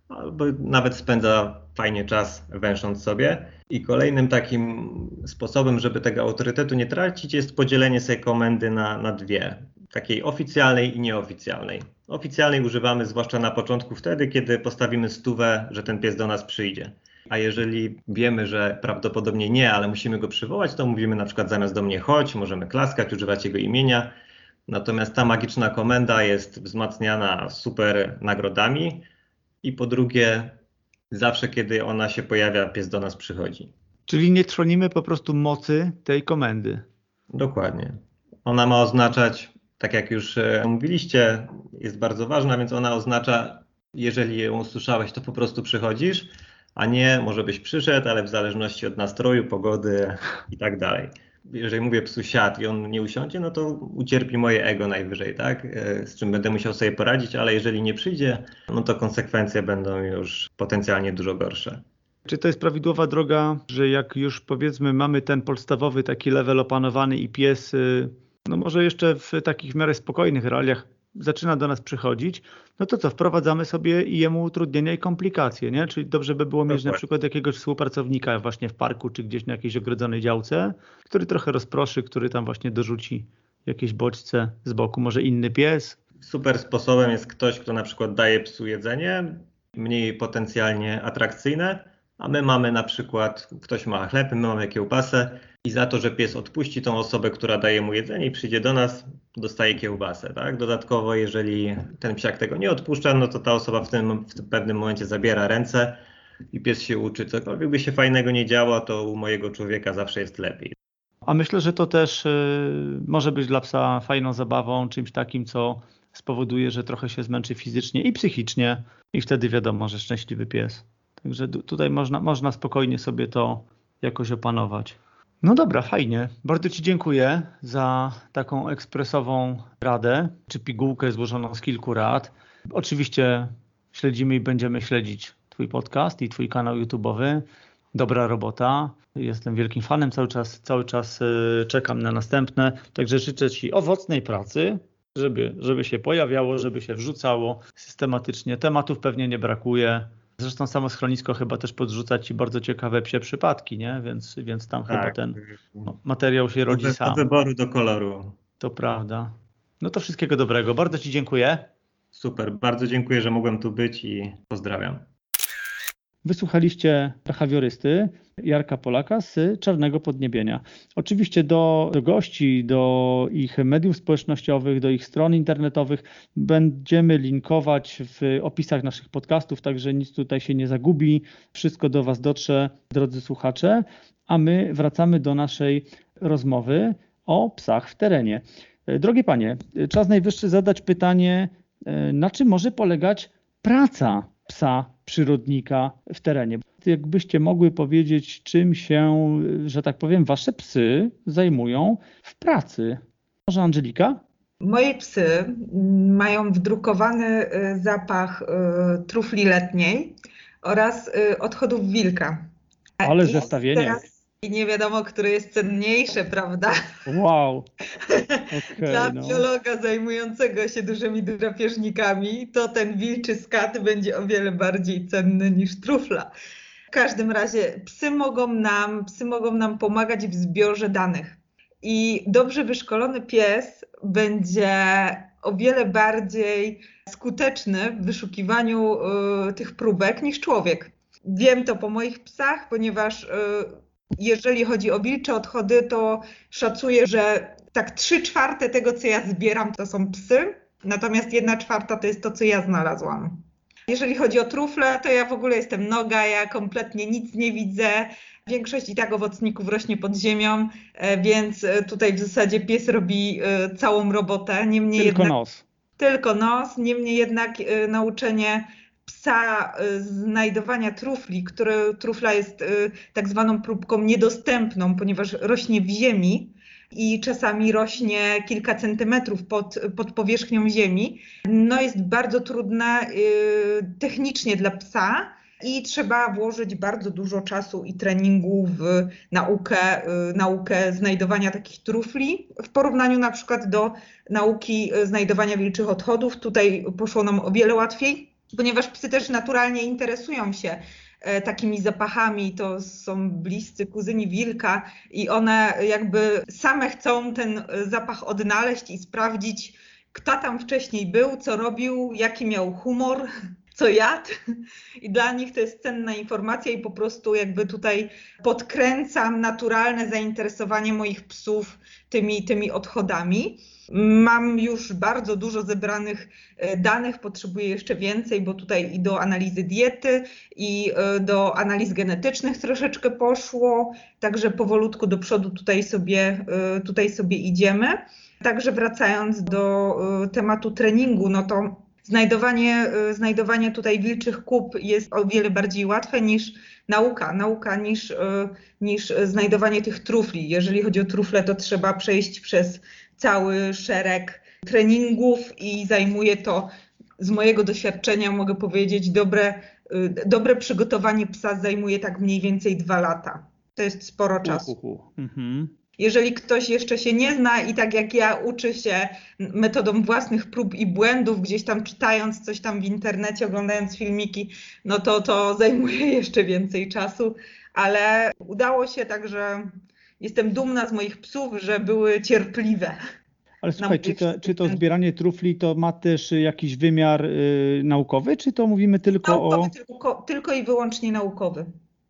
albo nawet spędza fajnie czas węsząc sobie. I kolejnym takim sposobem, żeby tego autorytetu nie tracić, jest podzielenie sobie komendy na, na dwie. Takiej oficjalnej i nieoficjalnej. Oficjalnej używamy zwłaszcza na początku wtedy, kiedy postawimy stówę, że ten pies do nas przyjdzie. A jeżeli wiemy, że prawdopodobnie nie, ale musimy go przywołać, to mówimy na przykład zamiast do mnie chodź, możemy klaskać, używać jego imienia. Natomiast ta magiczna komenda jest wzmacniana super nagrodami i po drugie, zawsze kiedy ona się pojawia, pies do nas przychodzi. Czyli nie tronimy po prostu mocy tej komendy. Dokładnie. Ona ma oznaczać, tak jak już mówiliście, jest bardzo ważna, więc ona oznacza, jeżeli ją usłyszałeś, to po prostu przychodzisz, a nie może byś przyszedł, ale w zależności od nastroju, pogody i tak dalej. Jeżeli mówię psu siad i on nie usiądzie, no to ucierpi moje ego najwyżej, tak? Z czym będę musiał sobie poradzić, ale jeżeli nie przyjdzie, no to konsekwencje będą już potencjalnie dużo gorsze. Czy to jest prawidłowa droga, że jak już powiedzmy mamy ten podstawowy taki level opanowany i pies, no może jeszcze w takich w miarę spokojnych realiach zaczyna do nas przychodzić, no to co, wprowadzamy sobie i jemu utrudnienia i komplikacje, nie? Czyli dobrze by było mieć Dokładnie. na przykład jakiegoś współpracownika właśnie w parku, czy gdzieś na jakiejś ogrodzonej działce, który trochę rozproszy, który tam właśnie dorzuci jakieś bodźce z boku, może inny pies. Super sposobem jest ktoś, kto na przykład daje psu jedzenie, mniej potencjalnie atrakcyjne, a my mamy na przykład, ktoś ma chleb, my mamy kiełbasę i za to, że pies odpuści tą osobę, która daje mu jedzenie i przyjdzie do nas, dostaje kiełbasę, tak? Dodatkowo, jeżeli ten psiak tego nie odpuszcza, no to ta osoba w tym, w tym pewnym momencie zabiera ręce i pies się uczy. Cokolwiek by się fajnego nie działo, to u mojego człowieka zawsze jest lepiej. A myślę, że to też y, może być dla psa fajną zabawą, czymś takim, co spowoduje, że trochę się zmęczy fizycznie i psychicznie i wtedy wiadomo, że szczęśliwy pies. Także tu, tutaj można, można spokojnie sobie to jakoś opanować. No dobra, fajnie. Bardzo Ci dziękuję za taką ekspresową radę, czy pigułkę złożoną z kilku rad. Oczywiście śledzimy i będziemy śledzić Twój podcast i Twój kanał YouTube'owy. Dobra robota. Jestem wielkim fanem, cały czas, cały czas czekam na następne. Także życzę Ci owocnej pracy, żeby, żeby się pojawiało, żeby się wrzucało systematycznie. Tematów pewnie nie brakuje. Zresztą samo schronisko chyba też podrzuca Ci bardzo ciekawe psie przypadki, nie? Więc, więc tam tak, chyba ten no, materiał się rodzi do, sam. Do wyboru, do koloru. To prawda. No to wszystkiego dobrego. Bardzo Ci dziękuję. Super, bardzo dziękuję, że mogłem tu być i pozdrawiam. Wysłuchaliście behawiorysty Jarka Polaka z Czarnego Podniebienia. Oczywiście do, do gości, do ich mediów społecznościowych, do ich stron internetowych będziemy linkować w opisach naszych podcastów, także nic tutaj się nie zagubi. Wszystko do Was dotrze, drodzy słuchacze, a my wracamy do naszej rozmowy o psach w terenie. Drogie Panie, czas najwyższy zadać pytanie, na czym może polegać praca psa przyrodnika w terenie. Jakbyście mogły powiedzieć, czym się, że tak powiem, wasze psy zajmują w pracy. Może Angelika? Moje psy mają wdrukowany zapach trufli letniej oraz odchodów wilka. Ale I zestawienie. Teraz i nie wiadomo, które jest cenniejsze, prawda? Wow. Okay, Dla no. biologa zajmującego się dużymi drapieżnikami, to ten wilczy skat będzie o wiele bardziej cenny niż trufla. W każdym razie psy mogą nam, psy mogą nam pomagać w zbiorze danych. I dobrze wyszkolony pies będzie o wiele bardziej skuteczny w wyszukiwaniu y, tych próbek niż człowiek. Wiem to po moich psach, ponieważ y, jeżeli chodzi o wilcze odchody, to szacuję, że tak trzy czwarte tego, co ja zbieram, to są psy, natomiast jedna czwarta to jest to, co ja znalazłam. Jeżeli chodzi o trufle, to ja w ogóle jestem noga, ja kompletnie nic nie widzę. Większość i tak owocników rośnie pod ziemią, więc tutaj w zasadzie pies robi całą robotę. Niemniej Tylko jednak, nos. Tylko nos, niemniej jednak nauczenie psa znajdowania trufli, które trufla jest tak zwaną próbką niedostępną, ponieważ rośnie w ziemi i czasami rośnie kilka centymetrów pod, pod powierzchnią ziemi, no jest bardzo trudne yy, technicznie dla psa i trzeba włożyć bardzo dużo czasu i treningu w naukę, yy, naukę znajdowania takich trufli w porównaniu na przykład do nauki znajdowania wilczych odchodów. Tutaj poszło nam o wiele łatwiej. ponieważ psy też naturalnie interesują się takimi zapachami, to są bliscy kuzyni wilka i one jakby same chcą ten zapach odnaleźć i sprawdzić, kto tam wcześniej był, co robił, jaki miał humor, co jadł. I dla nich to jest cenna informacja i po prostu jakby tutaj podkręcam naturalne zainteresowanie moich psów tymi, tymi odchodami. Mam już bardzo dużo zebranych danych, potrzebuję jeszcze więcej, bo tutaj i do analizy diety, i do analiz genetycznych troszeczkę poszło, także powolutku do przodu tutaj sobie, tutaj sobie idziemy. Także wracając do tematu treningu, no to znajdowanie, znajdowanie tutaj wilczych kup jest o wiele bardziej łatwe niż nauka, nauka niż, niż znajdowanie tych trufli. Jeżeli chodzi o trufle, to trzeba przejść przez cały szereg treningów i zajmuje to, z mojego doświadczenia mogę powiedzieć, dobre, dobre przygotowanie psa zajmuje tak mniej więcej dwa lata. To jest sporo czasu. Uh, uh, uh. Mhm. Jeżeli ktoś jeszcze się nie zna i tak jak ja uczy się metodą własnych prób i błędów, gdzieś tam czytając coś tam w internecie, oglądając filmiki, no to to zajmuje jeszcze więcej czasu, ale udało się, także jestem dumna z moich psów, że były cierpliwe. Ale słuchaj, czy to, czy to zbieranie trufli to ma też jakiś wymiar y, naukowy, czy to mówimy tylko naukowy, o... Tylko, tylko i wyłącznie naukowy.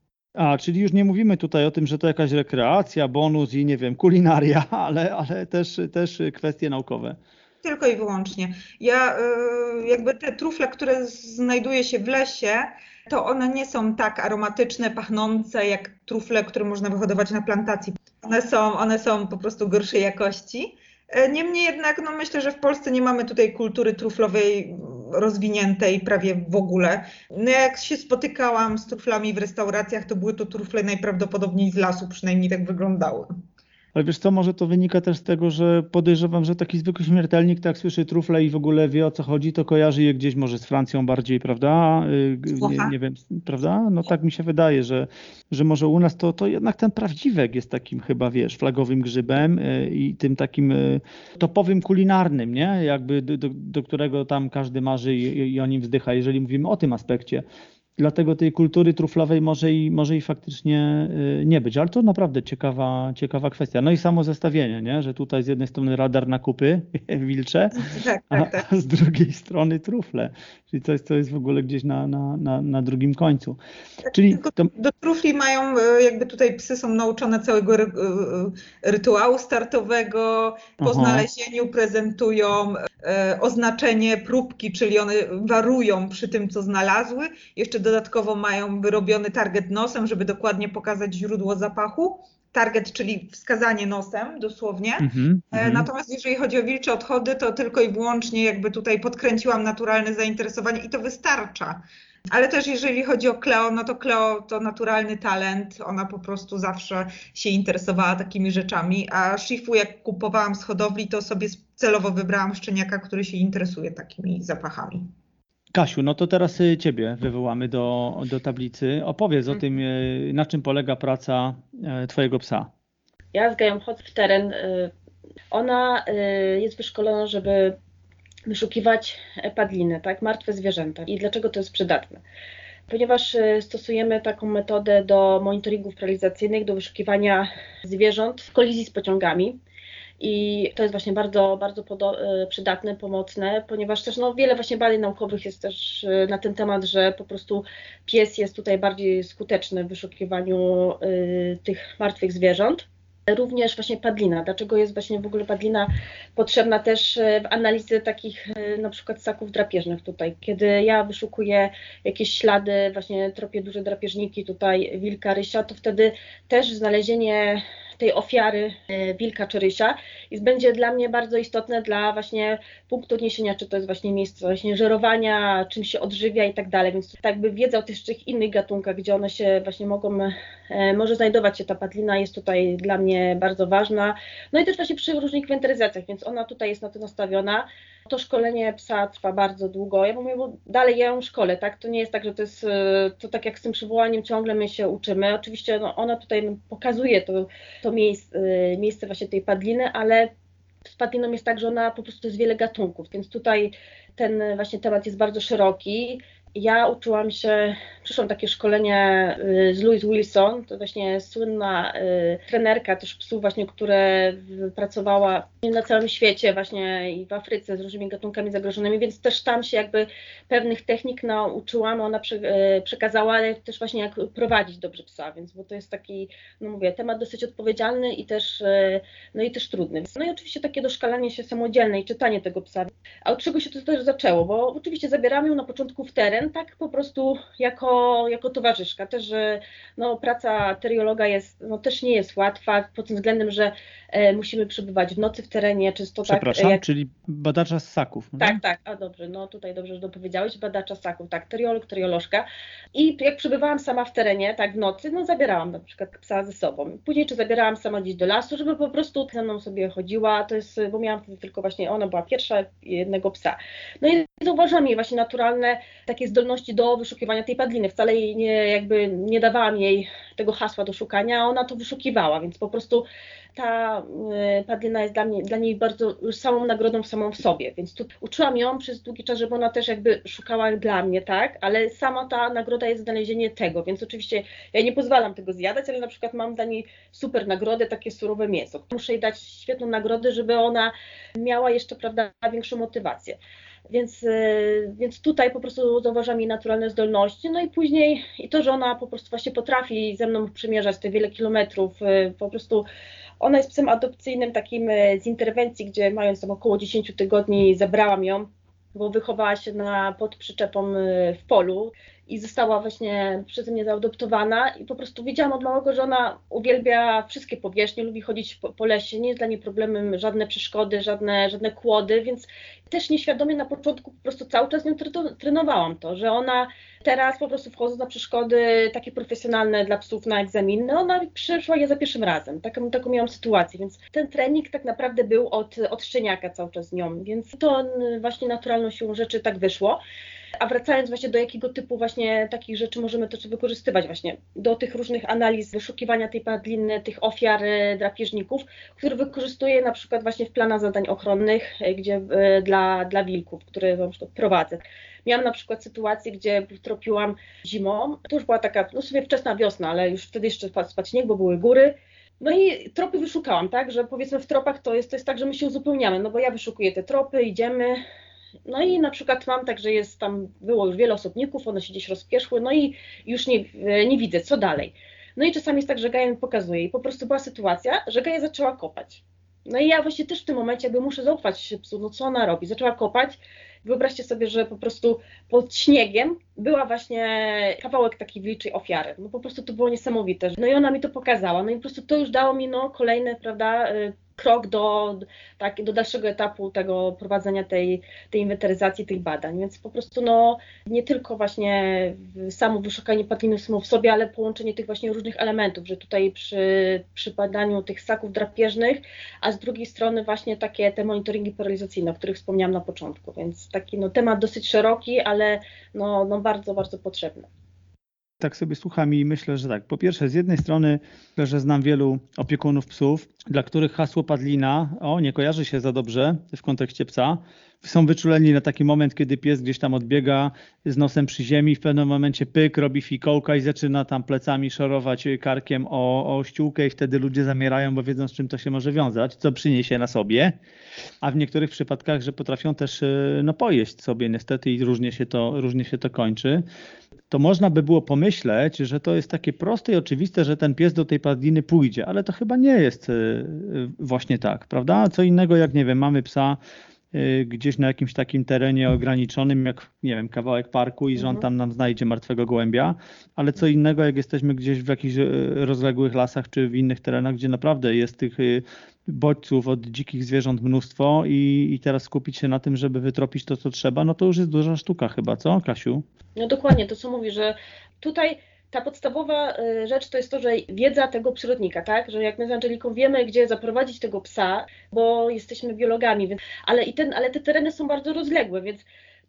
A, czyli już nie mówimy tutaj o tym, że to jakaś rekreacja, bonus i nie wiem, kulinaria, ale, ale też, też kwestie naukowe. Tylko i wyłącznie. Ja y, jakby te trufle, które znajduje się w lesie, to one nie są tak aromatyczne, pachnące jak trufle, które można wyhodować na plantacji. One są, one są po prostu gorszej jakości. Niemniej jednak no myślę, że w Polsce nie mamy tutaj kultury truflowej rozwiniętej prawie w ogóle. No jak się spotykałam z truflami w restauracjach, to były to trufle najprawdopodobniej z lasu, przynajmniej tak wyglądały. Ale wiesz co, może to wynika też z tego, że podejrzewam, że taki zwykły śmiertelnik tak słyszy trufle i w ogóle wie, o co chodzi, to kojarzy je gdzieś może z Francją bardziej, prawda? Nie, nie wiem, prawda? No tak mi się wydaje, że, że może u nas to, to jednak ten prawdziwek jest takim chyba, wiesz, flagowym grzybem i tym takim topowym kulinarnym, nie? Jakby do, do, do którego tam każdy marzy i, i o nim wzdycha, jeżeli mówimy o tym aspekcie. Dlatego tej kultury truflowej może i, może i faktycznie nie być, ale to naprawdę ciekawa, ciekawa kwestia. No i samo zestawienie, nie? Że tutaj z jednej strony radar na kupy wilcze, tak, tak, tak. a z drugiej strony trufle, czyli coś, co jest w ogóle gdzieś na, na, na, na drugim końcu. Tak, czyli to... Do trufli mają, jakby tutaj psy są nauczone całego ry, rytuału startowego, po Aha. znalezieniu prezentują e, oznaczenie próbki, czyli one warują przy tym, co znalazły. Jeszcze dodatkowo mają wyrobiony target nosem, żeby dokładnie pokazać źródło zapachu. Target, czyli wskazanie nosem dosłownie. Mm-hmm, e, natomiast jeżeli chodzi o wilcze odchody, to tylko i wyłącznie jakby tutaj podkręciłam naturalne zainteresowanie i to wystarcza. Ale też jeżeli chodzi o Cleo, no to Cleo to naturalny talent, ona po prostu zawsze się interesowała takimi rzeczami, a Shifu jak kupowałam z hodowli, to sobie celowo wybrałam szczeniaka, który się interesuje takimi zapachami. Kasiu, no to teraz Ciebie wywołamy do, do tablicy. Opowiedz o tym, na czym polega praca Twojego psa. Ja z Gają chodzę w teren. Ona jest wyszkolona, żeby wyszukiwać padliny, tak, martwe zwierzęta. I dlaczego to jest przydatne? Ponieważ stosujemy taką metodę do monitoringów realizacyjnych, do wyszukiwania zwierząt w kolizji z pociągami. I to jest właśnie bardzo, bardzo podo- przydatne, pomocne, ponieważ też no, wiele właśnie badań naukowych jest też na ten temat, że po prostu pies jest tutaj bardziej skuteczny w wyszukiwaniu y, tych martwych zwierząt. Również właśnie padlina. Dlaczego jest właśnie w ogóle padlina potrzebna też w analizie takich na przykład ssaków drapieżnych tutaj. Kiedy ja wyszukuję jakieś ślady, właśnie tropię duże drapieżniki tutaj wilka, rysia, to wtedy też znalezienie tej ofiary wilka czy rysia i będzie dla mnie bardzo istotne dla właśnie punktu odniesienia, czy to jest właśnie miejsce właśnie żerowania, czym się odżywia i tak dalej, więc tak jakby wiedza o tych innych gatunkach, gdzie one się właśnie mogą, może znajdować się ta padlina, jest tutaj dla mnie bardzo ważna. No i też właśnie przy różnych inwentaryzacjach, więc ona tutaj jest na to nastawiona. To szkolenie psa trwa bardzo długo. Ja mówię, bo dalej ja ją szkolę, tak? To nie jest tak, że to jest, to tak jak z tym przywołaniem ciągle my się uczymy. Oczywiście no, ona tutaj pokazuje to, to miejsce, miejsce właśnie tej padliny, ale Z padliną jest tak, że ona po prostu jest wiele gatunków, więc tutaj ten właśnie temat jest bardzo szeroki. Ja uczyłam się, przyszłam takie szkolenie z Louise Wilson, to właśnie słynna y, trenerka też psów właśnie, które pracowała na całym świecie właśnie i w Afryce z różnymi gatunkami zagrożonymi, więc też tam się jakby pewnych technik nauczyłam, ona przy, y, przekazała, ale też właśnie jak prowadzić dobrze psa, więc bo to jest taki, no mówię, temat dosyć odpowiedzialny i też, y, no i też trudny. No i oczywiście takie doszkalanie się samodzielne i czytanie tego psa. A od czego się to też zaczęło? Bo oczywiście zabieramy ją na początku w teren, tak po prostu jako, jako towarzyszka. Też no, praca teriologa jest, no, też nie jest łatwa pod tym względem, że e, musimy przebywać w nocy w terenie, czysto tak. Przepraszam, jak... czyli badacza ssaków. Tak, nie? tak, a dobrze, no tutaj dobrze, że dopowiedziałeś, badacza ssaków, tak, teriolog, teriolożka. I jak przebywałam sama w terenie, tak w nocy, no zabierałam na przykład psa ze sobą. Później czy zabierałam sama gdzieś do lasu, żeby po prostu ze mną sobie chodziła, to jest, bo miałam wtedy tylko właśnie, ona była pierwsza, jednego psa. No i zauważyłam jej właśnie naturalne takie zdolności do wyszukiwania tej padliny. Wcale jej nie, jakby nie dawałam jej tego hasła do szukania, a ona to wyszukiwała, więc po prostu ta padlina jest dla mnie, dla niej bardzo już samą nagrodą samą w sobie, więc tu uczyłam ją przez długi czas, żeby ona też jakby szukała dla mnie, tak, ale sama ta nagroda jest znalezienie tego, więc oczywiście ja nie pozwalam tego zjadać, ale na przykład mam dla niej super nagrodę, takie surowe mięso. Muszę jej dać świetną nagrodę, żeby ona miała jeszcze, prawda, większą motywację. Więc, więc tutaj po prostu zauważam jej naturalne zdolności, no i później i to, że ona po prostu właśnie potrafi ze mną przemierzać te wiele kilometrów, po prostu ona jest psem adopcyjnym takim z interwencji, gdzie mając tam około dziesięć tygodni zabrałam ją, bo wychowała się na, pod przyczepą w polu i została właśnie przeze mnie zaadoptowana i po prostu wiedziałam od małego, że ona uwielbia wszystkie powierzchnie, lubi chodzić po, po lesie, nie jest dla niej problemem żadne przeszkody, żadne, żadne kłody, więc też nieświadomie na początku po prostu cały czas nią trenowałam to, że ona teraz po prostu wchodząc na przeszkody takie profesjonalne dla psów na egzaminy, ona przeszła je za pierwszym razem, taką, taką miałam sytuację, więc ten trening tak naprawdę był od, od szczeniaka cały czas z nią, więc to właśnie naturalną siłą rzeczy tak wyszło. A wracając właśnie do jakiego typu właśnie takich rzeczy możemy też wykorzystywać właśnie do tych różnych analiz, wyszukiwania tej padliny, tych ofiar drapieżników, które wykorzystuję na przykład właśnie w planach zadań ochronnych, gdzie dla, dla wilków, które na przykład prowadzę. Miałam na przykład sytuację, gdzie tropiłam zimą, to już była taka, no sobie wczesna wiosna, ale już wtedy jeszcze spadł śnieg, bo były góry. No i tropy wyszukałam, tak, że powiedzmy w tropach to jest, to jest tak, że my się uzupełniamy, no bo ja wyszukuję te tropy, idziemy. No i na przykład mam tak, że jest tam, było już wiele osobników, one się gdzieś rozpieszły, no i już nie, nie widzę, co dalej. No i czasami jest tak, że Gaja mi pokazuje i po prostu była sytuacja, że Gaja zaczęła kopać. No i ja właśnie też w tym momencie jakby muszę zaufać psu, no co ona robi, zaczęła kopać. Wyobraźcie sobie, że po prostu pod śniegiem była właśnie kawałek takiej wilczej ofiary. No po prostu to było niesamowite. No i ona mi to pokazała, no i po prostu to już dało mi no kolejny, prawda, krok do, tak, do dalszego etapu tego prowadzenia tej, tej inwentaryzacji, tych badań, więc po prostu no, nie tylko właśnie samo wyszukanie padliny samo w sobie, ale połączenie tych właśnie różnych elementów, że tutaj przy, przy badaniu tych ssaków drapieżnych, a z drugiej strony właśnie takie te monitoringi paralizacyjne, o których wspomniałam na początku, więc taki no, temat dosyć szeroki, ale no, no bardzo, bardzo potrzebny. Tak sobie słucham i myślę, że tak. Po pierwsze, z jednej strony, że znam wielu opiekunów psów, dla których hasło padlina, o, nie kojarzy się za dobrze w kontekście psa. Są wyczuleni na taki moment, kiedy pies gdzieś tam odbiega z nosem przy ziemi, w pewnym momencie pyk, robi fikołka i zaczyna tam plecami szorować karkiem o, o ściółkę i wtedy ludzie zamierają, bo wiedzą, z czym to się może wiązać, co przyniesie na sobie. A w niektórych przypadkach, że potrafią też no, pojeść sobie niestety i różnie się to, różnie się to kończy. To można by było pomyśleć, że to jest takie proste i oczywiste, że ten pies do tej padliny pójdzie, ale to chyba nie jest właśnie tak, prawda? Co innego jak, nie wiem, mamy psa gdzieś na jakimś takim terenie ograniczonym, jak, nie wiem, kawałek parku i że on tam nam znajdzie martwego gołębia, ale co innego jak jesteśmy gdzieś w jakichś rozległych lasach czy w innych terenach, gdzie naprawdę jest tych bodźców od dzikich zwierząt mnóstwo i, i teraz skupić się na tym, żeby wytropić to, co trzeba, no to już jest duża sztuka chyba, co, Kasiu? No dokładnie, to co mówi, że tutaj ta podstawowa rzecz to jest to, że wiedza tego przyrodnika, tak? Że jak my z Angeliką wiemy, gdzie zaprowadzić tego psa, bo jesteśmy biologami, więc, ale, i ten, ale te tereny są bardzo rozległe, więc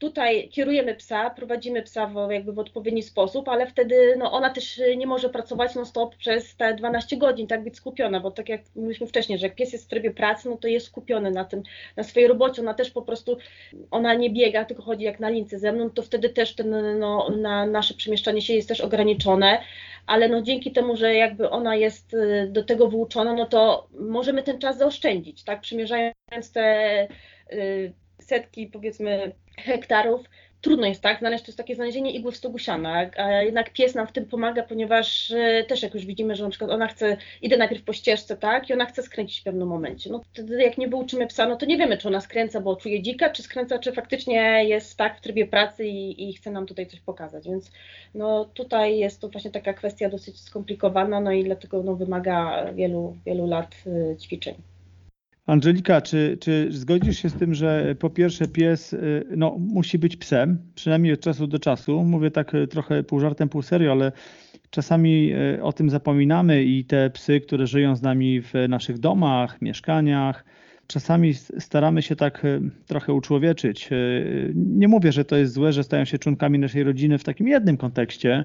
tutaj kierujemy psa, prowadzimy psa w, jakby w odpowiedni sposób, ale wtedy no, ona też nie może pracować non stop przez te dwanaście godzin, tak być skupiona, bo tak jak mówiliśmy wcześniej, że jak pies jest w trybie pracy, no to jest skupiony na tym, na swojej robocie, ona też po prostu, ona nie biega, tylko chodzi jak na lince ze mną, to wtedy też ten, no, na nasze przemieszczanie się jest też ograniczone, ale no dzięki temu, że jakby ona jest do tego wyuczona, no to możemy ten czas zaoszczędzić, tak, przymierzając te y, setki, powiedzmy, hektarów, trudno jest tak znaleźć, to jest takie znalezienie igły w stogu siana, a jednak pies nam w tym pomaga, ponieważ y, też jak już widzimy, że na przykład ona chce, idę najpierw po ścieżce, tak, i ona chce skręcić w pewnym momencie, no wtedy jak nie wyuczymy psa, no to nie wiemy, czy ona skręca, bo czuje dzika, czy skręca, czy faktycznie jest tak w trybie pracy i, i chce nam tutaj coś pokazać, więc no tutaj jest to właśnie taka kwestia dosyć skomplikowana, no i dlatego no, wymaga wielu, wielu lat y, ćwiczeń. Angelika, czy, czy zgodzisz się z tym, że po pierwsze pies no, musi być psem, przynajmniej od czasu do czasu? Mówię tak trochę pół żartem, pół serio, ale czasami o tym zapominamy i te psy, które żyją z nami w naszych domach, mieszkaniach, czasami staramy się tak trochę uczłowieczyć. Nie mówię, że to jest złe, że stają się członkami naszej rodziny w takim jednym kontekście,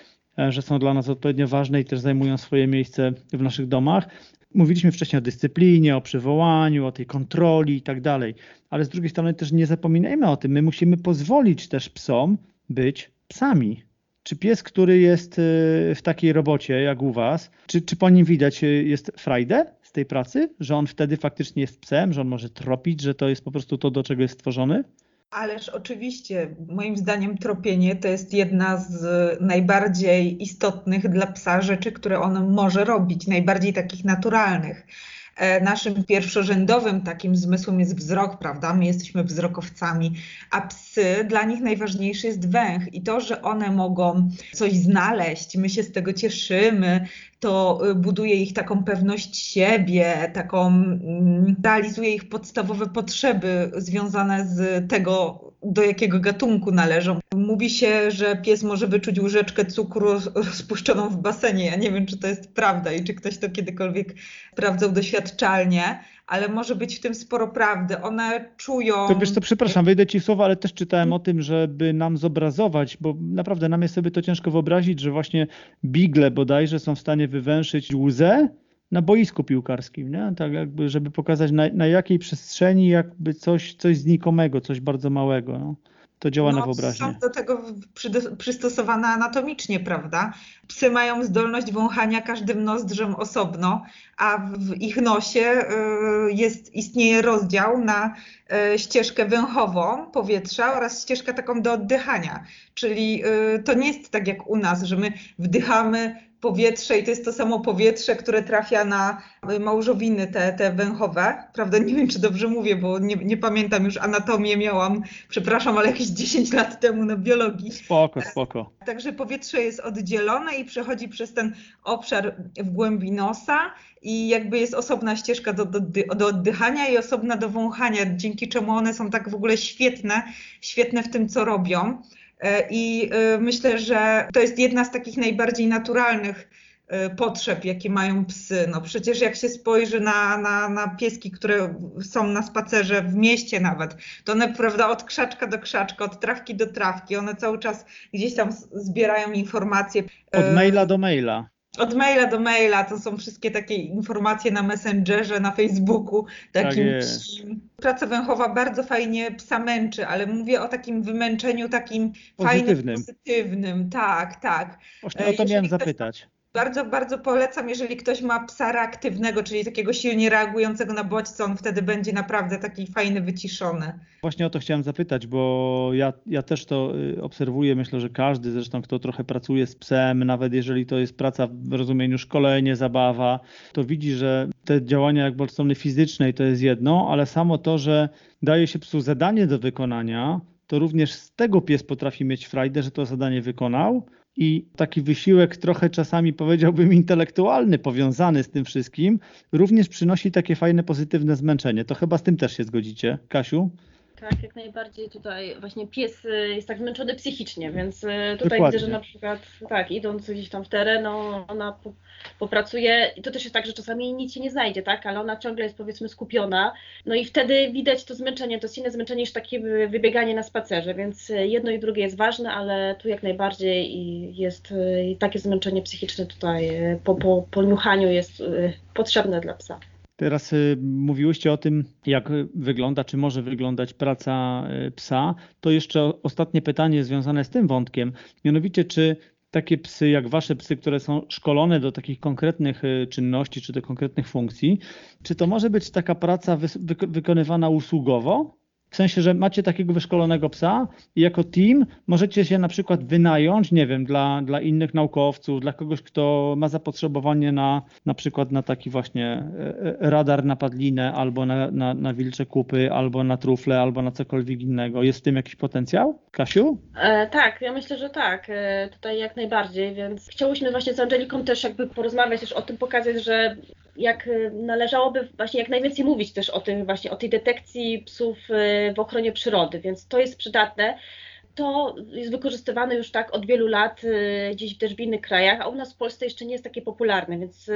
że są dla nas odpowiednio ważne i też zajmują swoje miejsce w naszych domach. Mówiliśmy wcześniej o dyscyplinie, o przywołaniu, o tej kontroli i tak dalej, ale z drugiej strony też nie zapominajmy o tym, my musimy pozwolić też psom być psami. Czy pies, który jest w takiej robocie jak u was, czy, czy po nim widać jest frajdę z tej pracy, że on wtedy faktycznie jest psem, że on może tropić, że to jest po prostu to, do czego jest stworzony? Ależ oczywiście, moim zdaniem tropienie to jest jedna z najbardziej istotnych dla psa rzeczy, które on może robić, najbardziej takich naturalnych. Naszym pierwszorzędowym takim zmysłem jest wzrok, prawda? My jesteśmy wzrokowcami, a psy, dla nich najważniejszy jest węch i to, że one mogą coś znaleźć, my się z tego cieszymy, to buduje ich taką pewność siebie, taką realizuje ich podstawowe potrzeby związane z tego, do jakiego gatunku należą. Mówi się, że pies może wyczuć łyżeczkę cukru rozpuszczoną w basenie. Ja nie wiem, czy to jest prawda i czy ktoś to kiedykolwiek sprawdzał doświadczalnie, ale może być w tym sporo prawdy. One czują... To wiesz co, przepraszam, wejdę ci w słowo, ale też czytałem o tym, żeby nam zobrazować, bo naprawdę nam jest sobie to ciężko wyobrazić, że właśnie bigle bodajże są w stanie wywęszyć łzę na boisku piłkarskim, nie? Tak jakby, żeby pokazać na, na jakiej przestrzeni jakby coś, coś znikomego, coś bardzo małego. No. To działa no, na wyobraźnię. Są do tego przystosowane anatomicznie, prawda? Psy mają zdolność wąchania każdym nozdrzem osobno, a w ich nosie jest, istnieje rozdział na ścieżkę węchową powietrza oraz ścieżkę taką do oddychania. Czyli to nie jest tak jak u nas, że my wdychamy powietrze i to jest to samo powietrze, które trafia na małżowiny te, te węchowe. Prawda, nie wiem, czy dobrze mówię, bo nie, nie pamiętam już, anatomię miałam, przepraszam, ale jakieś dziesięć lat temu na biologii. Spoko, spoko. Także powietrze jest oddzielone i przechodzi przez ten obszar w głębi nosa i jakby jest osobna ścieżka do, do, do oddychania i osobna do wąchania, dzięki czemu one są tak w ogóle świetne, świetne w tym, co robią. I myślę, że to jest jedna z takich najbardziej naturalnych potrzeb, jakie mają psy. No przecież jak się spojrzy na, na, na pieski, które są na spacerze w mieście nawet, to one, prawda, od krzaczka do krzaczka, od trawki do trawki, one cały czas gdzieś tam zbierają informacje. Od maila do maila. Od maila do maila, to są wszystkie takie informacje na Messengerze, na Facebooku. Takim Tak praca węchowa bardzo fajnie psa męczy, ale mówię o takim wymęczeniu takim pozytywnym. fajnym, pozytywnym. Tak, tak. Właśnie o to miałem zapytać. Bardzo, bardzo polecam, jeżeli ktoś ma psa reaktywnego, czyli takiego silnie reagującego na bodźce, on wtedy będzie naprawdę taki fajny, wyciszony. Właśnie o to chciałem zapytać, bo ja, ja też to obserwuję, myślę, że każdy zresztą, kto trochę pracuje z psem, nawet jeżeli to jest praca w rozumieniu szkolenie, zabawa, to widzi, że te działania jakby od strony fizycznej to jest jedno, ale samo to, że daje się psu zadanie do wykonania, to również z tego pies potrafi mieć frajdę, że to zadanie wykonał. I taki wysiłek trochę czasami, powiedziałbym, intelektualny, powiązany z tym wszystkim, również przynosi takie fajne, pozytywne zmęczenie. To chyba z tym też się zgodzicie, Kasiu? tak, jak najbardziej tutaj właśnie pies jest tak zmęczony psychicznie, więc tutaj Dokładnie. widzę, że na przykład tak, idąc gdzieś tam w teren, no, ona po, popracuje i to też jest tak, że czasami nic się nie znajdzie, tak, ale ona ciągle jest powiedzmy skupiona, no i wtedy widać to zmęczenie, to jest inne zmęczenie niż takie wybieganie na spacerze, więc jedno i drugie jest ważne, ale tu jak najbardziej i jest i takie zmęczenie psychiczne tutaj po, po, po niuchaniu jest potrzebne dla psa. Teraz y, mówiłyście o tym, jak wygląda, czy może wyglądać praca y, psa. To jeszcze ostatnie pytanie związane z tym wątkiem. Mianowicie, czy takie psy, jak wasze psy, które są szkolone do takich konkretnych y, czynności, czy do konkretnych funkcji, czy to może być taka praca wy, wy, wykonywana usługowo? W sensie, że macie takiego wyszkolonego psa i jako team możecie się na przykład wynająć, nie wiem, dla, dla innych naukowców, dla kogoś, kto ma zapotrzebowanie na na przykład na taki właśnie radar na padlinę, albo na, na, na wilcze kupy, albo na trufle, albo na cokolwiek innego. Jest w tym jakiś potencjał? Kasiu? E, tak, ja myślę, że tak, e, tutaj jak najbardziej, więc chciałyśmy właśnie z Angeliką też jakby porozmawiać, też o tym pokazać, że jak należałoby właśnie jak najwięcej mówić też o tym właśnie, o tej detekcji psów w ochronie przyrody, więc to jest przydatne. To jest wykorzystywane już tak od wielu lat gdzieś też w innych krajach, a u nas w Polsce jeszcze nie jest takie popularne, więc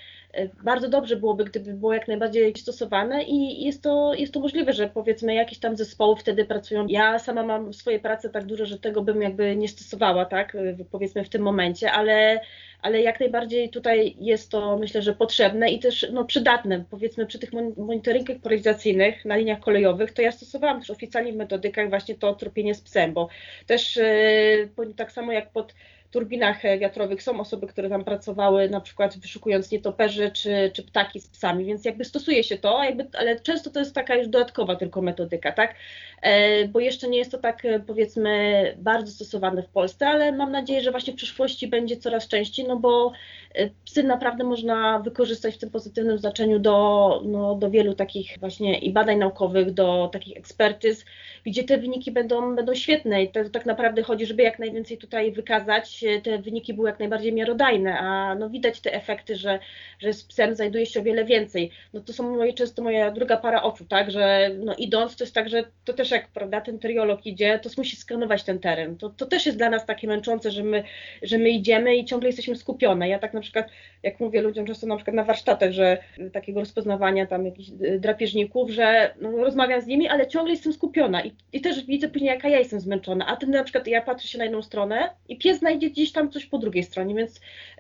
bardzo dobrze byłoby, gdyby było jak najbardziej stosowane i jest to, jest to możliwe, że powiedzmy jakieś tam zespoły wtedy pracują. Ja sama mam swoje prace tak duże, że tego bym jakby nie stosowała, tak, powiedzmy w tym momencie, ale, ale jak najbardziej tutaj jest to myślę, że potrzebne i też no, przydatne. Powiedzmy przy tych monitoringach polaryzacyjnych na liniach kolejowych, to ja stosowałam też oficjalnie w metodykach właśnie to tropienie z psem, bo też yy, tak samo jak pod turbinach wiatrowych są osoby, które tam pracowały, na przykład wyszukując nietoperzy czy, czy ptaki z psami, więc jakby stosuje się to, jakby, ale często to jest taka już dodatkowa tylko metodyka, tak? E, bo jeszcze nie jest to tak powiedzmy bardzo stosowane w Polsce, ale mam nadzieję, że właśnie w przyszłości będzie coraz częściej, no bo psy naprawdę można wykorzystać w tym pozytywnym znaczeniu do, no, do wielu takich właśnie i badań naukowych, do takich ekspertyz, gdzie te wyniki będą, będą świetne i to tak naprawdę chodzi, żeby jak najwięcej tutaj wykazać, te wyniki były jak najbardziej miarodajne, a no widać te efekty, że, że z psem znajduje się o wiele więcej. No to są moje, często moja druga para oczu, tak, że no idąc to jest tak, że to też jak prawda, ten teriolog idzie, to musi skanować ten teren. To, to też jest dla nas takie męczące, że my, że my idziemy i ciągle jesteśmy skupione. Ja tak na przykład, jak mówię ludziom często na przykład na warsztatach, że takiego rozpoznawania tam jakichś drapieżników, że no, rozmawiam z nimi, ale ciągle jestem skupiona i, i też widzę później, jaka ja jestem zmęczona, a ten na przykład ja patrzę się na jedną stronę i pies znajdzie gdzieś tam coś po drugiej stronie, więc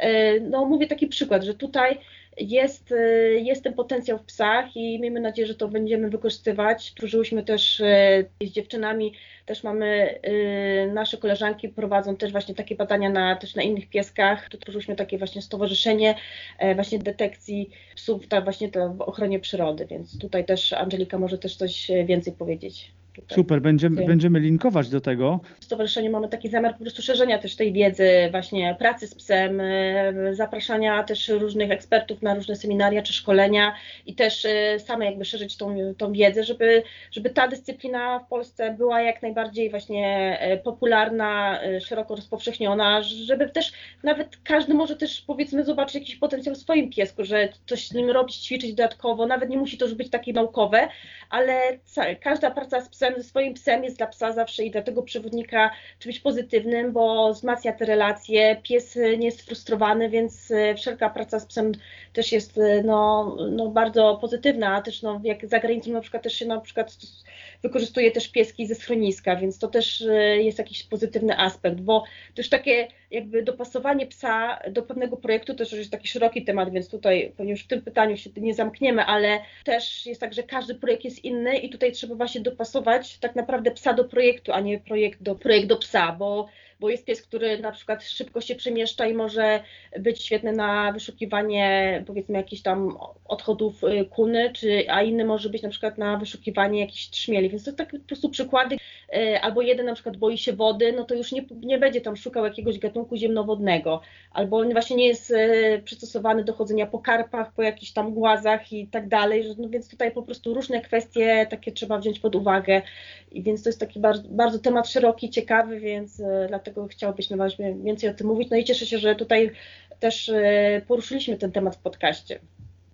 no mówię taki przykład, że tutaj jest, jest ten potencjał w psach i miejmy nadzieję, że to będziemy wykorzystywać. Tworzyłyśmy też z dziewczynami, też mamy, nasze koleżanki prowadzą też właśnie takie badania na, też na innych pieskach. Tu tworzyłyśmy takie właśnie stowarzyszenie właśnie detekcji psów tak właśnie w ochronie przyrody, więc tutaj też Angelika może też coś więcej powiedzieć. Tutaj. Super, będziemy, będziemy linkować do tego. W stowarzyszeniu mamy taki zamiar po prostu szerzenia też tej wiedzy, właśnie pracy z psem, zapraszania też różnych ekspertów na różne seminaria czy szkolenia i też same jakby szerzyć tą, tą wiedzę, żeby, żeby ta dyscyplina w Polsce była jak najbardziej właśnie popularna, szeroko rozpowszechniona, żeby też nawet każdy może też powiedzmy zobaczyć jakiś potencjał w swoim piesku, że coś z nim robić, ćwiczyć dodatkowo, nawet nie musi to już być takie naukowe, ale każda praca z psem, ze swoim psem jest dla psa zawsze i dla tego przewodnika czymś pozytywnym, bo wzmacnia te relacje, pies nie jest frustrowany, więc wszelka praca z psem też jest no, no bardzo pozytywna, a też no, jak za granicą na przykład też się na przykład wykorzystuje też pieski ze schroniska, więc to też jest jakiś pozytywny aspekt, bo też takie jakby dopasowanie psa do pewnego projektu to też jest taki szeroki temat, więc tutaj pewnie już w tym pytaniu się nie zamkniemy, ale też jest tak, że każdy projekt jest inny i tutaj trzeba właśnie dopasować tak naprawdę psa do projektu, a nie projekt do, projekt do psa, bo bo jest pies, który na przykład szybko się przemieszcza i może być świetny na wyszukiwanie powiedzmy jakichś tam odchodów kuny, czy, a inny może być na przykład na wyszukiwanie jakichś trzmieli, więc to tak po prostu przykłady, albo jeden na przykład boi się wody, no to już nie, nie będzie tam szukał jakiegoś gatunku ziemnowodnego, albo on właśnie nie jest przystosowany do chodzenia po karpach, po jakichś tam głazach i tak dalej, no więc tutaj po prostu różne kwestie takie trzeba wziąć pod uwagę i więc to jest taki bardzo, bardzo temat szeroki, ciekawy, więc dlatego chciałabyśmy właśnie więcej o tym mówić. No i cieszę się, że tutaj też poruszyliśmy ten temat w podcaście.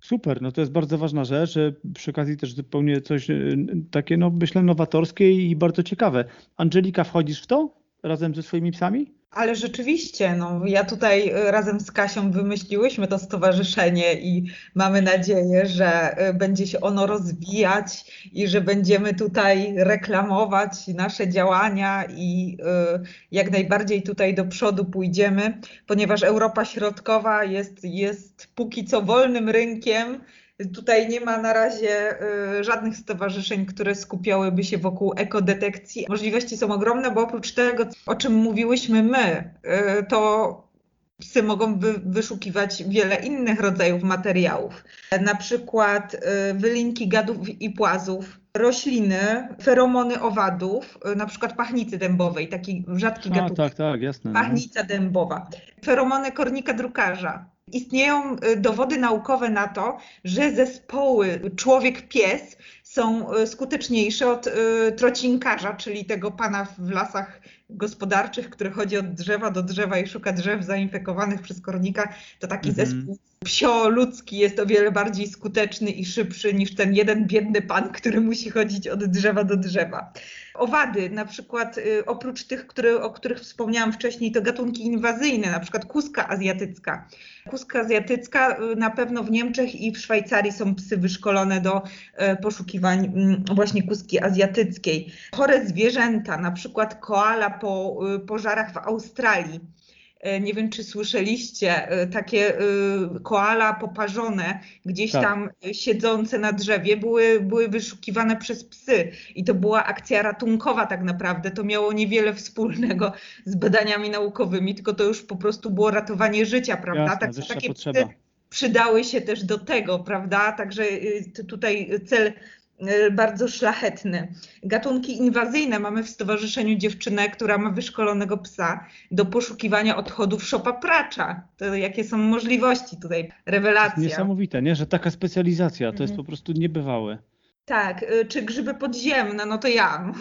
Super, no to jest bardzo ważna rzecz, że przy okazji też zupełnie coś takie, no myślę, nowatorskie i bardzo ciekawe. Angelika, wchodzisz w to razem ze swoimi psami? Ale rzeczywiście, no, ja tutaj razem z Kasią wymyśliłyśmy to stowarzyszenie i mamy nadzieję, że będzie się ono rozwijać i że będziemy tutaj reklamować nasze działania i jak najbardziej tutaj do przodu pójdziemy, ponieważ Europa Środkowa jest, jest póki co wolnym rynkiem. Tutaj nie ma na razie y, żadnych stowarzyszeń, które skupiałyby się wokół ekodetekcji. Możliwości są ogromne, bo oprócz tego, o czym mówiłyśmy my, y, to psy mogą wy, wyszukiwać wiele innych rodzajów materiałów. Na przykład y, wylinki gadów i płazów, rośliny, feromony owadów, y, na przykład pachnicy dębowej, taki rzadki A, gatunek. tak, tak, jasne. Pachnica dębowa, feromony kornika drukarza. Istnieją dowody naukowe na to, że zespoły człowiek-pies są skuteczniejsze od trocinkarza, czyli tego pana w lasach gospodarczych, który chodzi od drzewa do drzewa i szuka drzew zainfekowanych przez kornika. To taki mhm. zespół psio-ludzki jest o wiele bardziej skuteczny i szybszy niż ten jeden biedny pan, który musi chodzić od drzewa do drzewa. Owady, na przykład oprócz tych, które, o których wspomniałam wcześniej, to gatunki inwazyjne, na przykład kuska azjatycka. Kuska azjatycka, na pewno w Niemczech i w Szwajcarii są psy wyszkolone do poszukiwań właśnie kuski azjatyckiej. Chore zwierzęta, na przykład koala po pożarach w Australii. Nie wiem, czy słyszeliście, takie koala poparzone, gdzieś tak. tam siedzące na drzewie, były, były wyszukiwane przez psy i to była akcja ratunkowa tak naprawdę. To miało niewiele wspólnego z badaniami naukowymi, tylko to już po prostu było ratowanie życia, prawda? Jasne, tak, takie potrzeba. psy przydały się też do tego, prawda? Także tutaj cel bardzo szlachetny. Gatunki inwazyjne. Mamy w stowarzyszeniu dziewczynę, która ma wyszkolonego psa do poszukiwania odchodów szopa pracza. To jakie są możliwości tutaj? Rewelacja. Niesamowite, nie? Że taka specjalizacja, to mhm. jest po prostu niebywałe. Tak, czy grzyby podziemne, no to ja.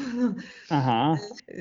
Aha.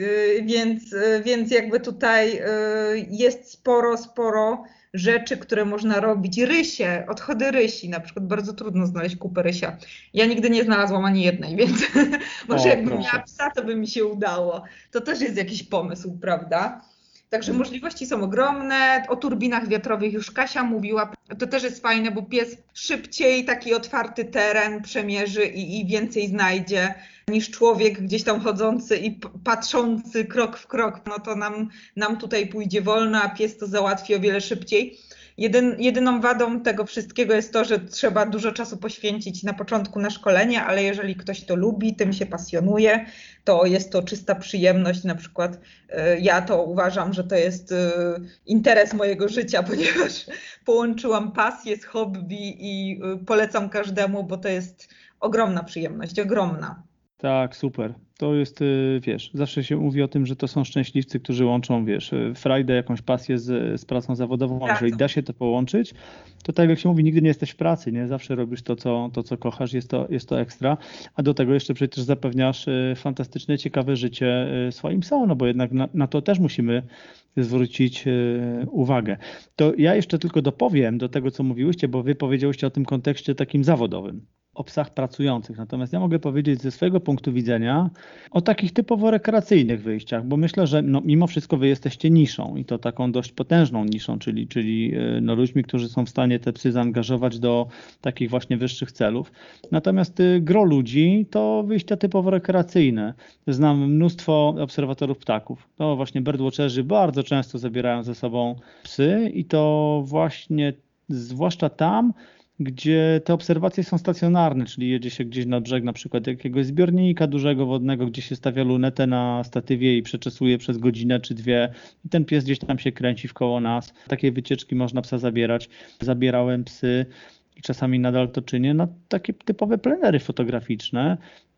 Więc, więc jakby tutaj jest sporo, sporo rzeczy, które można robić. Rysie, odchody rysi, na przykład bardzo trudno znaleźć kupę rysia. Ja nigdy nie znalazłam ani jednej, więc może o, jakbym proszę. miała psa, to by mi się udało. To też jest jakiś pomysł, prawda? Także możliwości są ogromne. O turbinach wiatrowych już Kasia mówiła. To też jest fajne, bo pies szybciej taki otwarty teren przemierzy i, i więcej znajdzie niż człowiek gdzieś tam chodzący i p- patrzący krok w krok. No to nam, nam tutaj pójdzie wolno, a pies to załatwi o wiele szybciej. Jedyn, jedyną wadą tego wszystkiego jest to, że trzeba dużo czasu poświęcić na początku na szkolenie, ale jeżeli ktoś to lubi, tym się pasjonuje, to jest to czysta przyjemność. Na przykład y, ja to uważam, że to jest y, interes mojego życia, ponieważ połączyłam pasję z hobby i y, polecam każdemu, bo to jest ogromna przyjemność, ogromna. Tak, super. To jest, wiesz, zawsze się mówi o tym, że to są szczęśliwcy, którzy łączą, wiesz, frajdę, jakąś pasję z, z pracą zawodową. Tak. Jeżeli da się to połączyć, to tak jak się mówi, nigdy nie jesteś w pracy, nie? Zawsze robisz to, co, to, co kochasz, jest to, jest to ekstra, a do tego jeszcze przecież zapewniasz fantastyczne, ciekawe życie swoim psom, no bo jednak na, na to też musimy zwrócić uwagę. To ja jeszcze tylko dopowiem do tego, co mówiłyście, bo wy powiedziałyście o tym kontekście takim zawodowym, o psach pracujących. Natomiast ja mogę powiedzieć ze swojego punktu widzenia o takich typowo rekreacyjnych wyjściach, bo myślę, że no, mimo wszystko wy jesteście niszą i to taką dość potężną niszą, czyli, czyli no, ludźmi, którzy są w stanie te psy zaangażować do takich właśnie wyższych celów. Natomiast gro ludzi to wyjścia typowo rekreacyjne. Znam mnóstwo obserwatorów ptaków. To właśnie birdwatcherzy bardzo często zabierają ze sobą psy i to właśnie zwłaszcza tam, gdzie te obserwacje są stacjonarne, czyli jedzie się gdzieś na brzeg na przykład jakiegoś zbiornika dużego wodnego, gdzie się stawia lunetę na statywie i przeczesuje przez godzinę czy dwie i ten pies gdzieś tam się kręci wkoło nas. Takie wycieczki można psa zabierać. Zabierałem psy i czasami nadal to czynię na takie typowe plenery fotograficzne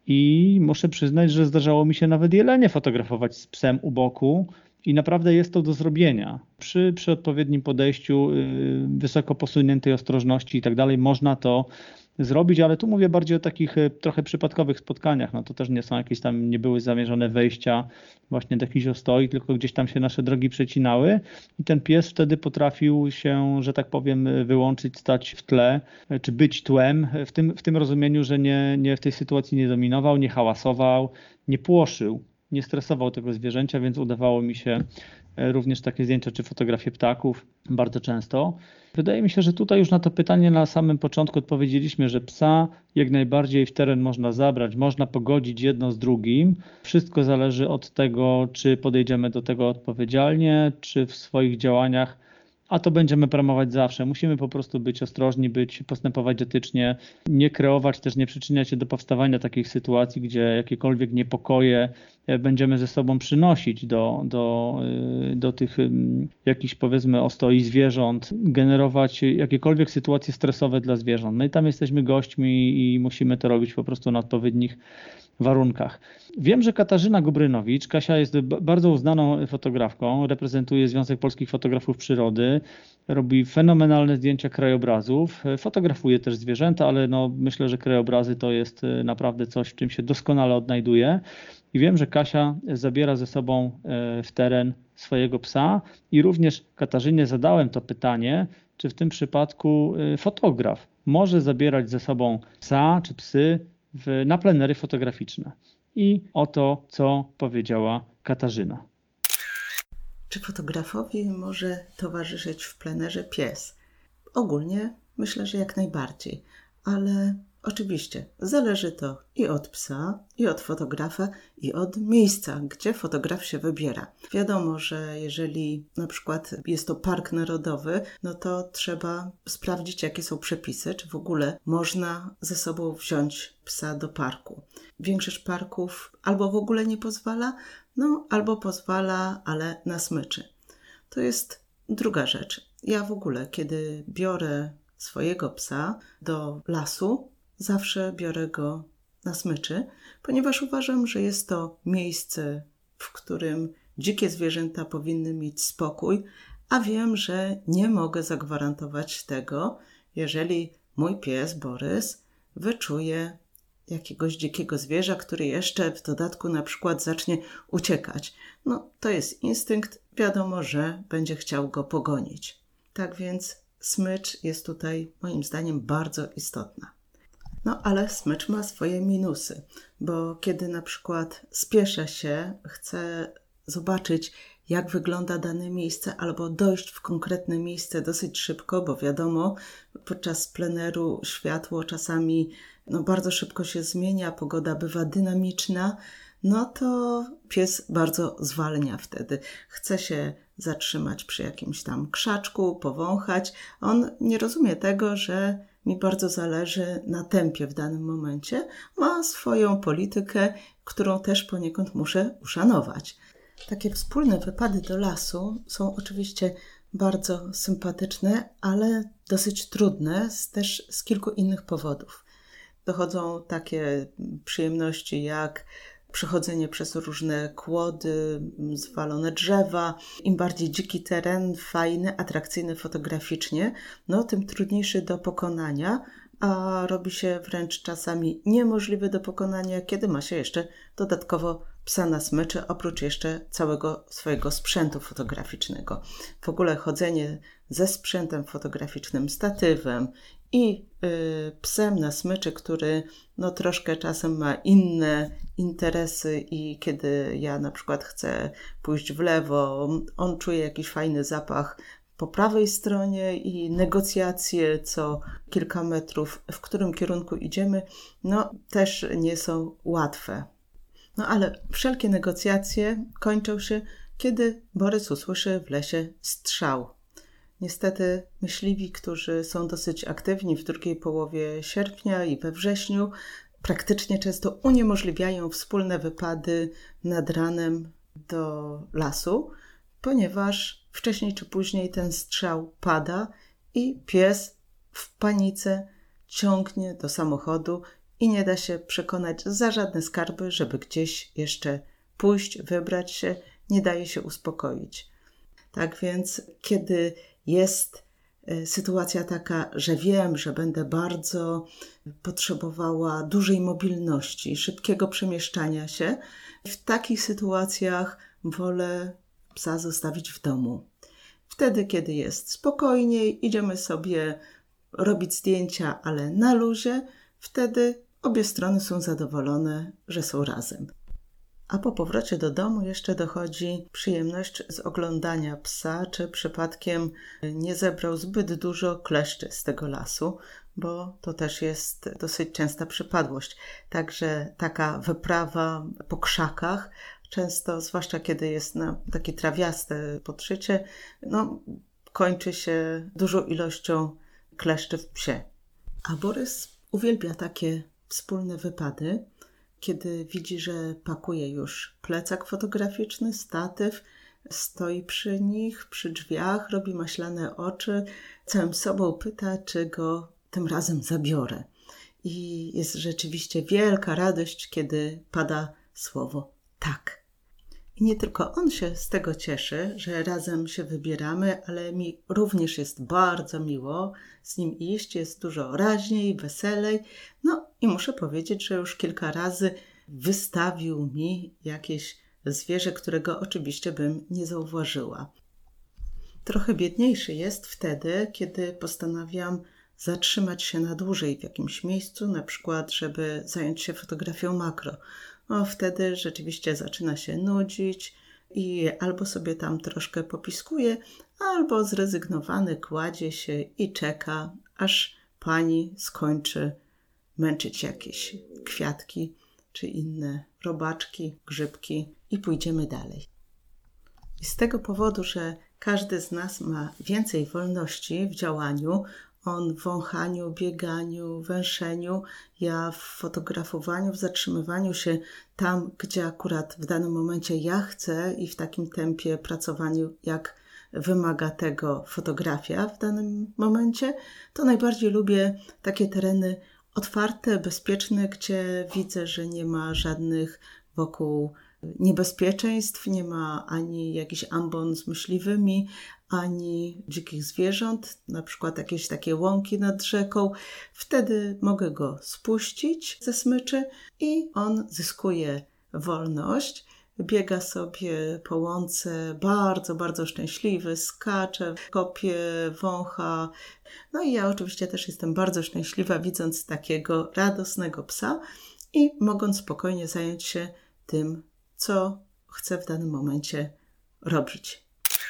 i muszę przyznać, że zdarzało mi się nawet jelenie fotografować z psem u boku. I naprawdę jest to do zrobienia. Przy, przy odpowiednim podejściu, yy, wysoko posuniętej ostrożności i tak dalej, można to zrobić, ale tu mówię bardziej o takich trochę przypadkowych spotkaniach. No to też nie są jakieś tam, nie były zamierzone wejścia właśnie do jakichś ostoi, tylko gdzieś tam się nasze drogi przecinały i ten pies wtedy potrafił się, że tak powiem, wyłączyć, stać w tle, czy być tłem, w tym, w tym rozumieniu, że nie, nie w tej sytuacji nie dominował, nie hałasował, nie płoszył, nie stresował tego zwierzęcia, więc udawało mi się również takie zdjęcia czy fotografie ptaków bardzo często. Wydaje mi się, że tutaj już na to pytanie na samym początku odpowiedzieliśmy, że psa jak najbardziej w teren można zabrać, można pogodzić jedno z drugim. Wszystko zależy od tego, czy podejdziemy do tego odpowiedzialnie, czy w swoich działaniach, a to będziemy promować zawsze. Musimy po prostu być ostrożni, być, postępować etycznie, nie kreować, też nie przyczyniać się do powstawania takich sytuacji, gdzie jakiekolwiek niepokoje będziemy ze sobą przynosić do, do, do tych jakichś, powiedzmy, ostoi zwierząt, generować jakiekolwiek sytuacje stresowe dla zwierząt. No i tam jesteśmy gośćmi i musimy to robić po prostu na odpowiednich warunkach. Wiem, że Katarzyna Gubrynowicz, Kasia jest bardzo uznaną fotografką, reprezentuje Związek Polskich Fotografów Przyrody, robi fenomenalne zdjęcia krajobrazów, fotografuje też zwierzęta, ale no myślę, że krajobrazy to jest naprawdę coś, w czym się doskonale odnajduje. I wiem, że Kasia zabiera ze sobą w teren swojego psa i również Katarzynie zadałem to pytanie, czy w tym przypadku fotograf może zabierać ze sobą psa czy psy w, na plenery fotograficzne. I oto, co powiedziała Katarzyna. Czy fotografowi może towarzyszyć w plenerze pies? Ogólnie myślę, że jak najbardziej, ale oczywiście zależy to i od psa, i od fotografa, i od miejsca, gdzie fotograf się wybiera. Wiadomo, że jeżeli na przykład jest to park narodowy, no to trzeba sprawdzić, jakie są przepisy, czy w ogóle można ze sobą wziąć psa do parku. Większość parków albo w ogóle nie pozwala, no albo pozwala, ale na smyczy. To jest druga rzecz. Ja w ogóle, kiedy biorę swojego psa do lasu, zawsze biorę go na smyczy, ponieważ uważam, że jest to miejsce, w którym dzikie zwierzęta powinny mieć spokój, a wiem, że nie mogę zagwarantować tego, jeżeli mój pies Borys wyczuje jakiegoś dzikiego zwierza, który jeszcze w dodatku na przykład zacznie uciekać. No to jest instynkt, wiadomo, że będzie chciał go pogonić. Tak więc smycz jest tutaj moim zdaniem bardzo istotna. No ale smycz ma swoje minusy, bo kiedy na przykład spieszę się, chcę zobaczyć, jak wygląda dane miejsce albo dojść w konkretne miejsce dosyć szybko, bo wiadomo, podczas pleneru światło czasami no, bardzo szybko się zmienia, pogoda bywa dynamiczna, no to pies bardzo zwalnia wtedy. Chce się zatrzymać przy jakimś tam krzaczku, powąchać. On nie rozumie tego, że mi bardzo zależy na tempie w danym momencie. Ma swoją politykę, którą też poniekąd muszę uszanować. Takie wspólne wypady do lasu są oczywiście bardzo sympatyczne, ale dosyć trudne też z kilku innych powodów. Dochodzą takie przyjemności jak przechodzenie przez różne kłody, zwalone drzewa. Im bardziej dziki teren, fajny, atrakcyjny fotograficznie, no tym trudniejszy do pokonania, a robi się wręcz czasami niemożliwy do pokonania, kiedy ma się jeszcze dodatkowo psa na smyczy, oprócz jeszcze całego swojego sprzętu fotograficznego. W ogóle chodzenie ze sprzętem fotograficznym, statywem i y, psem na smyczy, który no, troszkę czasem ma inne interesy i kiedy ja na przykład chcę pójść w lewo, on czuje jakiś fajny zapach po prawej stronie i negocjacje co kilka metrów, w którym kierunku idziemy, no też nie są łatwe. No ale wszelkie negocjacje kończą się, kiedy Borys usłyszy w lesie strzał. Niestety myśliwi, którzy są dosyć aktywni w drugiej połowie sierpnia i we wrześniu, praktycznie często uniemożliwiają wspólne wypady nad ranem do lasu, ponieważ wcześniej czy później ten strzał pada i pies w panice ciągnie do samochodu i nie da się przekonać za żadne skarby, żeby gdzieś jeszcze pójść, wybrać się, nie daje się uspokoić. Tak więc, kiedy jest sytuacja taka, że wiem, że będę bardzo potrzebowała dużej mobilności, szybkiego przemieszczania się, w takich sytuacjach wolę psa zostawić w domu. Wtedy, kiedy jest spokojniej, idziemy sobie robić zdjęcia, ale na luzie, wtedy obie strony są zadowolone, że są razem. A po powrocie do domu jeszcze dochodzi przyjemność z oglądania psa, czy przypadkiem nie zebrał zbyt dużo kleszczy z tego lasu, bo to też jest dosyć częsta przypadłość. Także taka wyprawa po krzakach, często, zwłaszcza kiedy jest na takie trawiaste podszycie, no, kończy się dużą ilością kleszczy w psie. A Borys uwielbia takie wspólne wypady, kiedy widzi, że pakuje już plecak fotograficzny, statyw, stoi przy nich, przy drzwiach, robi maślane oczy, całym sobą pyta, czy go tym razem zabiorę. I jest rzeczywiście wielka radość, kiedy pada słowo tak. I nie tylko on się z tego cieszy, że razem się wybieramy, ale mi również jest bardzo miło z nim iść, jest dużo raźniej, weselej. No i muszę powiedzieć, że już kilka razy wystawił mi jakieś zwierzę, którego oczywiście bym nie zauważyła. Trochę biedniejszy jest wtedy, kiedy postanawiam zatrzymać się na dłużej w jakimś miejscu, na przykład żeby zająć się fotografią makro. No, wtedy rzeczywiście zaczyna się nudzić i albo sobie tam troszkę popiskuje, albo zrezygnowany kładzie się i czeka, aż pani skończy męczyć jakieś kwiatki czy inne robaczki, grzybki i pójdziemy dalej. I z tego powodu, że każdy z nas ma więcej wolności w działaniu, on w wąchaniu, bieganiu, węszeniu, ja w fotografowaniu, w zatrzymywaniu się tam, gdzie akurat w danym momencie ja chcę i w takim tempie pracowaniu, jak wymaga tego fotografia w danym momencie, to najbardziej lubię takie tereny otwarte, bezpieczne, gdzie widzę, że nie ma żadnych wokół niebezpieczeństw, nie ma ani jakichś ambon z myśliwymi, ani dzikich zwierząt, na przykład jakieś takie łąki nad rzeką. Wtedy mogę go spuścić ze smyczy i on zyskuje wolność. Biega sobie po łące bardzo, bardzo szczęśliwy, skacze, kopie, wącha. No i ja oczywiście też jestem bardzo szczęśliwa, widząc takiego radosnego psa i mogąc spokojnie zająć się tym, co chcę w danym momencie robić.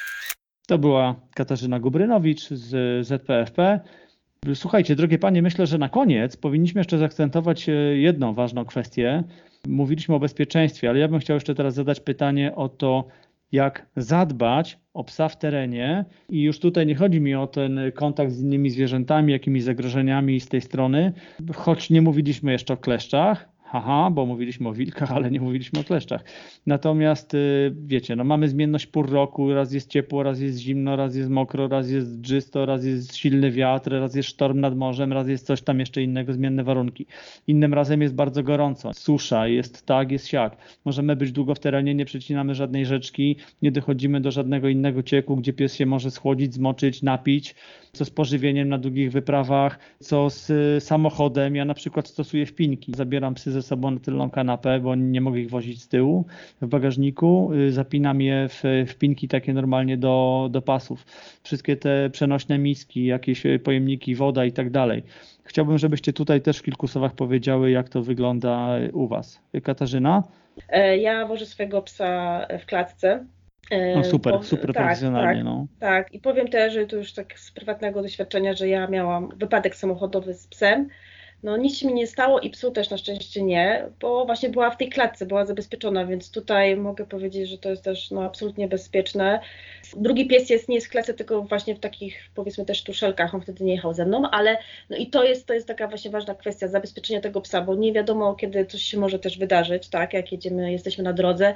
To była Katarzyna Gubrynowicz z Z P F P. Słuchajcie, drogie panie, myślę, że na koniec powinniśmy jeszcze zaakcentować jedną ważną kwestię. Mówiliśmy o bezpieczeństwie, ale ja bym chciał jeszcze teraz zadać pytanie o to, jak zadbać o psa w terenie. I już tutaj nie chodzi mi o ten kontakt z innymi zwierzętami, jakimiś zagrożeniami z tej strony, choć nie mówiliśmy jeszcze o kleszczach. Haha, bo mówiliśmy o wilkach, ale nie mówiliśmy o kleszczach. Natomiast wiecie, no mamy zmienność pór roku, raz jest ciepło, raz jest zimno, raz jest mokro, raz jest dżysto, raz jest silny wiatr, raz jest sztorm nad morzem, raz jest coś tam jeszcze innego, zmienne warunki. Innym razem jest bardzo gorąco, susza, jest tak, jest siak. Możemy być długo w terenie, nie przecinamy żadnej rzeczki, nie dochodzimy do żadnego innego cieku, gdzie pies się może schłodzić, zmoczyć, napić. Co z pożywieniem na długich wyprawach, co z samochodem. Ja na przykład stosuję wpinki. Zabieram psy ze sobą na tylną kanapę, bo nie mogę ich wozić z tyłu w bagażniku. Zapinam je w wpinki takie normalnie do, do pasów. Wszystkie te przenośne miski, jakieś pojemniki, woda i tak dalej. Chciałbym, żebyście tutaj też w kilku słowach powiedziały, jak to wygląda u was. Katarzyna? Ja wożę swojego psa w klatce. No super, po, super tak, profesjonalnie. Tak, no. tak, i powiem też, że to już tak z prywatnego doświadczenia, że ja miałam wypadek samochodowy z psem. No nic się mi nie stało i psu też na szczęście nie, bo właśnie była w tej klatce, była zabezpieczona, więc tutaj mogę powiedzieć, że to jest też no, absolutnie bezpieczne. Drugi pies jest nie jest w klatce, tylko właśnie w takich powiedzmy też tuszelkach, on wtedy nie jechał ze mną, ale no i to jest, to jest taka właśnie ważna kwestia zabezpieczenia tego psa, bo nie wiadomo kiedy coś się może też wydarzyć, tak, jak jedziemy, jesteśmy na drodze.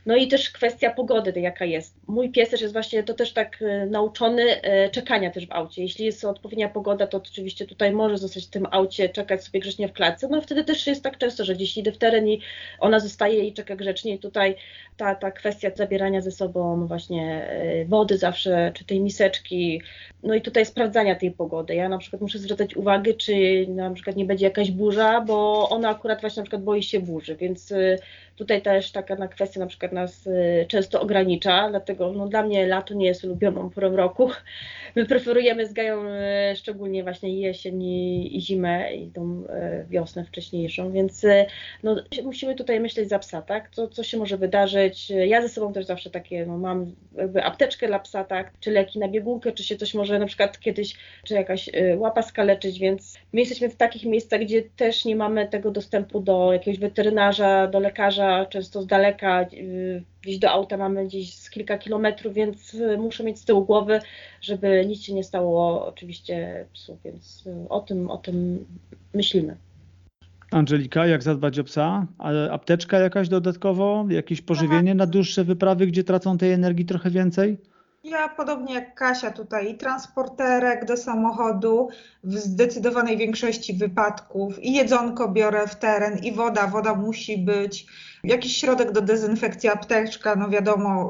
No i też kwestia pogody, jaka jest. Mój pies też jest właśnie, to też tak nauczony czekania też w aucie. Jeśli jest odpowiednia pogoda, to oczywiście tutaj może zostać w tym aucie, czekać sobie grzecznie w klatce. No wtedy też jest tak często, że gdzieś idę w teren i ona zostaje i czeka grzecznie. I tutaj ta, ta kwestia zabierania ze sobą właśnie wody zawsze, czy tej miseczki, no i tutaj sprawdzania tej pogody. Ja na przykład muszę zwracać uwagę, czy na przykład nie będzie jakaś burza, bo ona akurat właśnie na przykład boi się burzy, więc tutaj też taka na kwestia na przykład nas często ogranicza, dlatego no, dla mnie lato nie jest ulubioną porą roku. My preferujemy z Gają szczególnie właśnie jesień i zimę i tą wiosnę wcześniejszą, więc no, musimy tutaj myśleć za psa, tak? Co, co się może wydarzyć. Ja ze sobą też zawsze takie, no, mam jakby apteczkę dla psa, tak? Czy leki na biegunkę, czy się coś może na przykład kiedyś, czy jakaś łapa skaleczyć, więc my jesteśmy w takich miejscach, gdzie też nie mamy tego dostępu do jakiegoś weterynarza, do lekarza, często z daleka, gdzieś do auta mamy gdzieś z kilka kilometrów, więc muszę mieć z tyłu głowy, żeby nic się nie stało oczywiście psu, więc o tym, o tym myślimy. Angelika, jak zadbać o psa? Apteczka jakaś dodatkowo? Jakieś pożywienie na dłuższe wyprawy, gdzie tracą tej energii trochę więcej? Ja podobnie jak Kasia tutaj i transporterek do samochodu w zdecydowanej większości wypadków i jedzonko biorę w teren i woda, woda musi być, jakiś środek do dezynfekcji, apteczka, no wiadomo,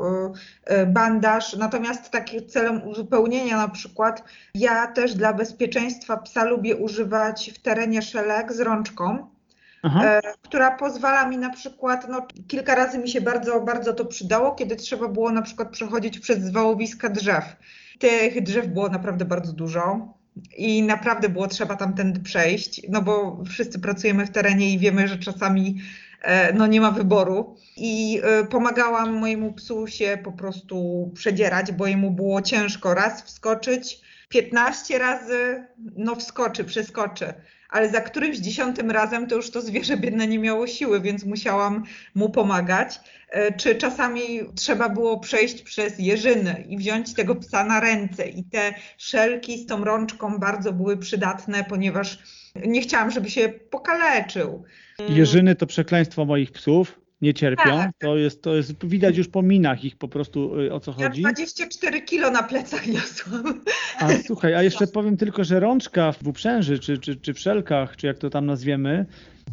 bandaż, natomiast takim celem uzupełnienia na przykład ja też dla bezpieczeństwa psa lubię używać w terenie szelek z rączką. Aha. Która pozwala mi na przykład, no kilka razy mi się bardzo, bardzo to przydało, kiedy trzeba było na przykład przechodzić przez zwałowiska drzew. Tych drzew było naprawdę bardzo dużo i naprawdę było trzeba tamtędy przejść, no bo wszyscy pracujemy w terenie i wiemy, że czasami no nie ma wyboru. I pomagałam mojemu psu się po prostu przedzierać, bo jemu było ciężko raz wskoczyć, piętnaście razy no wskoczy, przeskoczy. Ale za którymś dziesiątym razem to już to zwierzę biedne nie miało siły, więc musiałam mu pomagać. Czy czasami trzeba było przejść przez jeżyny i wziąć tego psa na ręce i te szelki z tą rączką bardzo były przydatne, ponieważ nie chciałam, żeby się pokaleczył. Jeżyny to przekleństwo moich psów. Nie cierpią, tak. to, jest, to jest widać już po minach ich po prostu, o co chodzi. Ja dwadzieścia cztery kilo na plecach niosłam. A słuchaj, a jeszcze powiem tylko, że rączka w uprzęży, czy, czy, czy w szelkach, czy jak to tam nazwiemy,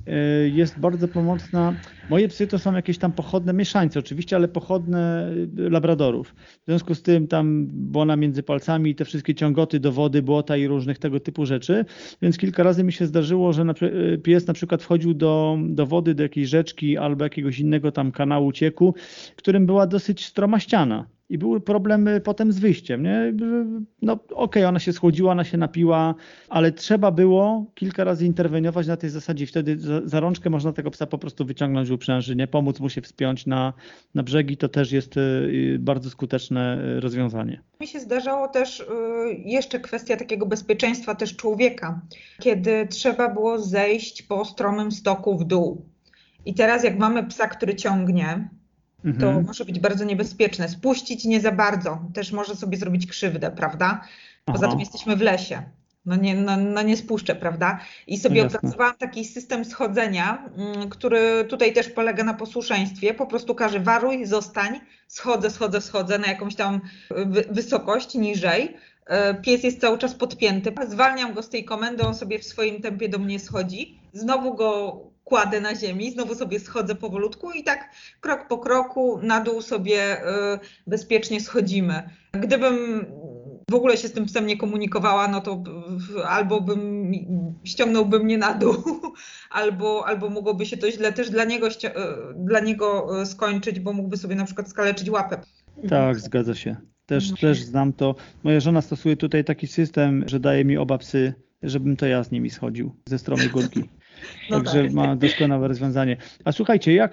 jest bardzo pomocna. Moje psy to są jakieś tam pochodne mieszańce oczywiście, ale pochodne labradorów. W związku z tym tam błona między palcami, te wszystkie ciągoty do wody, błota i różnych tego typu rzeczy. Więc kilka razy mi się zdarzyło, że pies na przykład wchodził do, do wody, do jakiejś rzeczki albo jakiegoś innego tam kanału cieku, którym była dosyć stroma ściana. I były problemy potem z wyjściem, nie? No okej, okay, ona się schłodziła, ona się napiła, ale trzeba było kilka razy interweniować na tej zasadzie. Wtedy za, za rączkę można tego psa po prostu wyciągnąć w uprzęży, nie? Pomóc mu się wspiąć na, na brzegi, to też jest bardzo skuteczne rozwiązanie. Mi się zdarzało też jeszcze kwestia takiego bezpieczeństwa też człowieka, kiedy trzeba było zejść po stromym stoku w dół. I teraz jak mamy psa, który ciągnie, to mhm. może być bardzo niebezpieczne. Spuścić nie za bardzo, też może sobie zrobić krzywdę, prawda? Poza Aha. tym jesteśmy w lesie. No nie, no, no nie spuszczę, prawda? I sobie Jasne. opracowałam taki system schodzenia, który tutaj też polega na posłuszeństwie. Po prostu każe waruj, zostań, schodzę, schodzę, schodzę na jakąś tam wysokość niżej. Pies jest cały czas podpięty. Zwalniam go z tej komendy, on sobie w swoim tempie do mnie schodzi. Znowu go kładę na ziemi, znowu sobie schodzę powolutku i tak krok po kroku na dół sobie bezpiecznie schodzimy. Gdybym w ogóle się z tym psem nie komunikowała, no to albo bym ściągnąłby mnie na dół, albo, albo mogłoby się to źle też dla niego, dla niego skończyć, bo mógłby sobie na przykład skaleczyć łapę. Tak, zgadza się. Też, też znam to. Moja żona stosuje tutaj taki system, że daje mi oba psy, żebym to ja z nimi schodził ze stromej górki. No Także tak. ma doskonałe rozwiązanie. A słuchajcie, jak,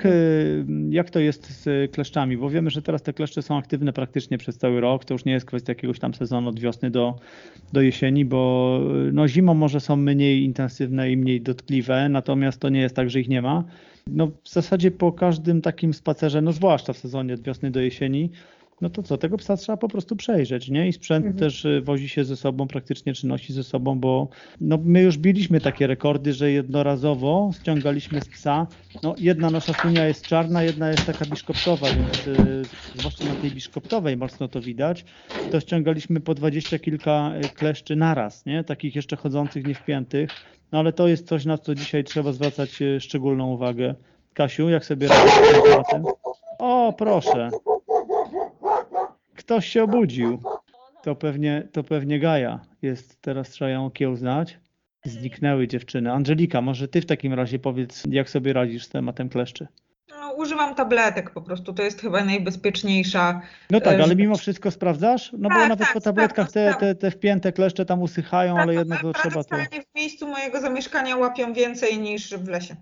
jak to jest z kleszczami? Bo wiemy, że teraz te kleszcze są aktywne praktycznie przez cały rok. To już nie jest kwestia jakiegoś tam sezonu od wiosny do, do jesieni, bo no, zimą może są mniej intensywne i mniej dotkliwe, natomiast to nie jest tak, że ich nie ma. No, w zasadzie po każdym takim spacerze, no zwłaszcza w sezonie od wiosny do jesieni, No to co, tego psa trzeba po prostu przejrzeć, nie? I sprzęt Mhm. też y, wozi się ze sobą praktycznie, czy nosi ze sobą, bo no, my już biliśmy takie rekordy, że jednorazowo ściągaliśmy z psa. No, jedna nasza sunia jest czarna, jedna jest taka biszkoptowa, więc y, zwłaszcza na tej biszkoptowej mocno to widać. To ściągaliśmy po dwadzieścia kilka y, kleszczy naraz, nie? Takich jeszcze chodzących, niewpiętych. No ale to jest coś, na co dzisiaj trzeba zwracać y, szczególną uwagę. Kasiu, jak sobie radzisz z tym tematem? O, proszę. Ktoś się obudził. To pewnie, to pewnie Gaja jest. Teraz trzeba ją okiełznać. Zniknęły dziewczyny. Angelika, może ty w takim razie powiedz, jak sobie radzisz z tematem kleszczy? No, używam tabletek po prostu, to jest chyba najbezpieczniejsza. No tak, e, ale rzecz. mimo wszystko sprawdzasz? No bo Tak, nawet tak, po tabletkach te, sprawdzam, te, te wpięte kleszcze tam usychają, ale jednak to trzeba to... Paradoksalnie w miejscu mojego zamieszkania łapią więcej niż w lesie.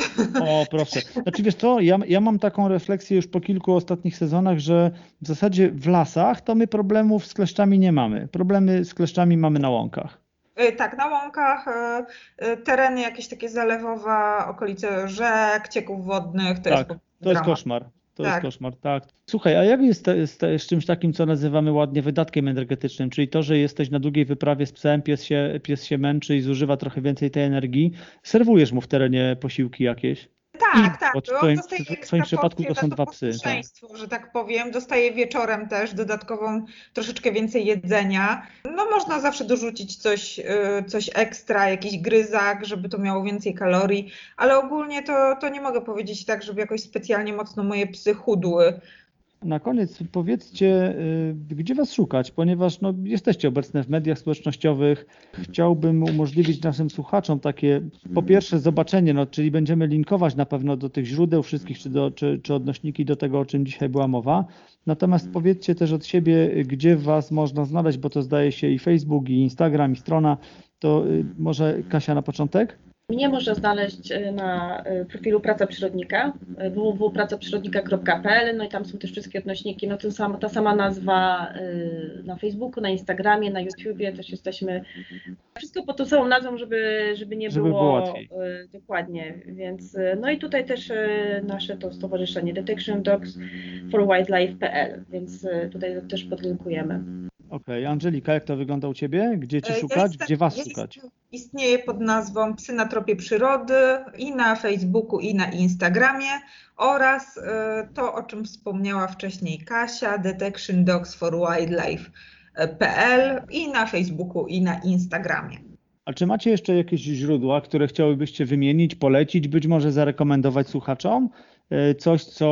O, proszę. Znaczy wiesz co, ja, ja mam taką refleksję już po kilku ostatnich sezonach, że w zasadzie w lasach to my problemów z kleszczami nie mamy. Problemy z kleszczami mamy na łąkach. E, Tak, na łąkach, e, e, tereny jakieś takie zalewowe, okolice rzek, cieków wodnych, to jest Tak, po prostu to jest dramat. koszmar. To Tak. jest koszmar, tak. Słuchaj, a jak jest z, z, z czymś takim, co nazywamy ładnie wydatkiem energetycznym, czyli to, że jesteś na długiej wyprawie z psem, pies się, pies się męczy i zużywa trochę więcej tej energii, serwujesz mu w terenie posiłki jakieś? Tak, tak. Bo w bo on twoim, dostaje w twoim ekstra przypadku to porcję są za dwa psy. Tak. posłuszeństwo, że tak powiem. Dostaje wieczorem też dodatkową, troszeczkę więcej jedzenia. No można zawsze dorzucić coś, y, coś ekstra, jakiś gryzak, żeby to miało więcej kalorii, ale ogólnie to, to nie mogę powiedzieć tak, żeby jakoś specjalnie mocno moje psy chudły. Na koniec powiedzcie, y, gdzie was szukać, ponieważ no, jesteście obecne w mediach społecznościowych. Chciałbym umożliwić naszym słuchaczom takie, po pierwsze zobaczenie, no, czyli będziemy linkować na pewno do tych źródeł wszystkich, czy, do, czy, czy odnośniki do tego, o czym dzisiaj była mowa. Natomiast powiedzcie też od siebie, gdzie was można znaleźć, bo to zdaje się i Facebook, i Instagram, i strona. To y, może Kasia na początek? Mnie można znaleźć na profilu Praca Przyrodnika w w w kropka praca przyrodnika kropka p l, no i tam są też wszystkie odnośniki, no ten sam, ta sama nazwa na Facebooku, na Instagramie, na YouTubie też jesteśmy. Wszystko pod tą samą nazwą, żeby, żeby nie Żeby było, było łatwiej. dokładnie, więc no i tutaj też nasze to stowarzyszenie Detection Dogs for Wildlife kropka p l, więc tutaj też podlinkujemy. Okej, okay. Angelika, jak to wygląda u ciebie? Gdzie cię Ja szukać? jestem- Gdzie was ja szukać? jestem- Istnieje pod nazwą Psy na tropie przyrody i na Facebooku, i na Instagramie oraz y, to, o czym wspomniała wcześniej Kasia, Detection Dogs for Wildlife kropka p l i na Facebooku, i na Instagramie. A czy macie jeszcze jakieś źródła, które chciałybyście wymienić, polecić, być może zarekomendować słuchaczom? E, Coś, co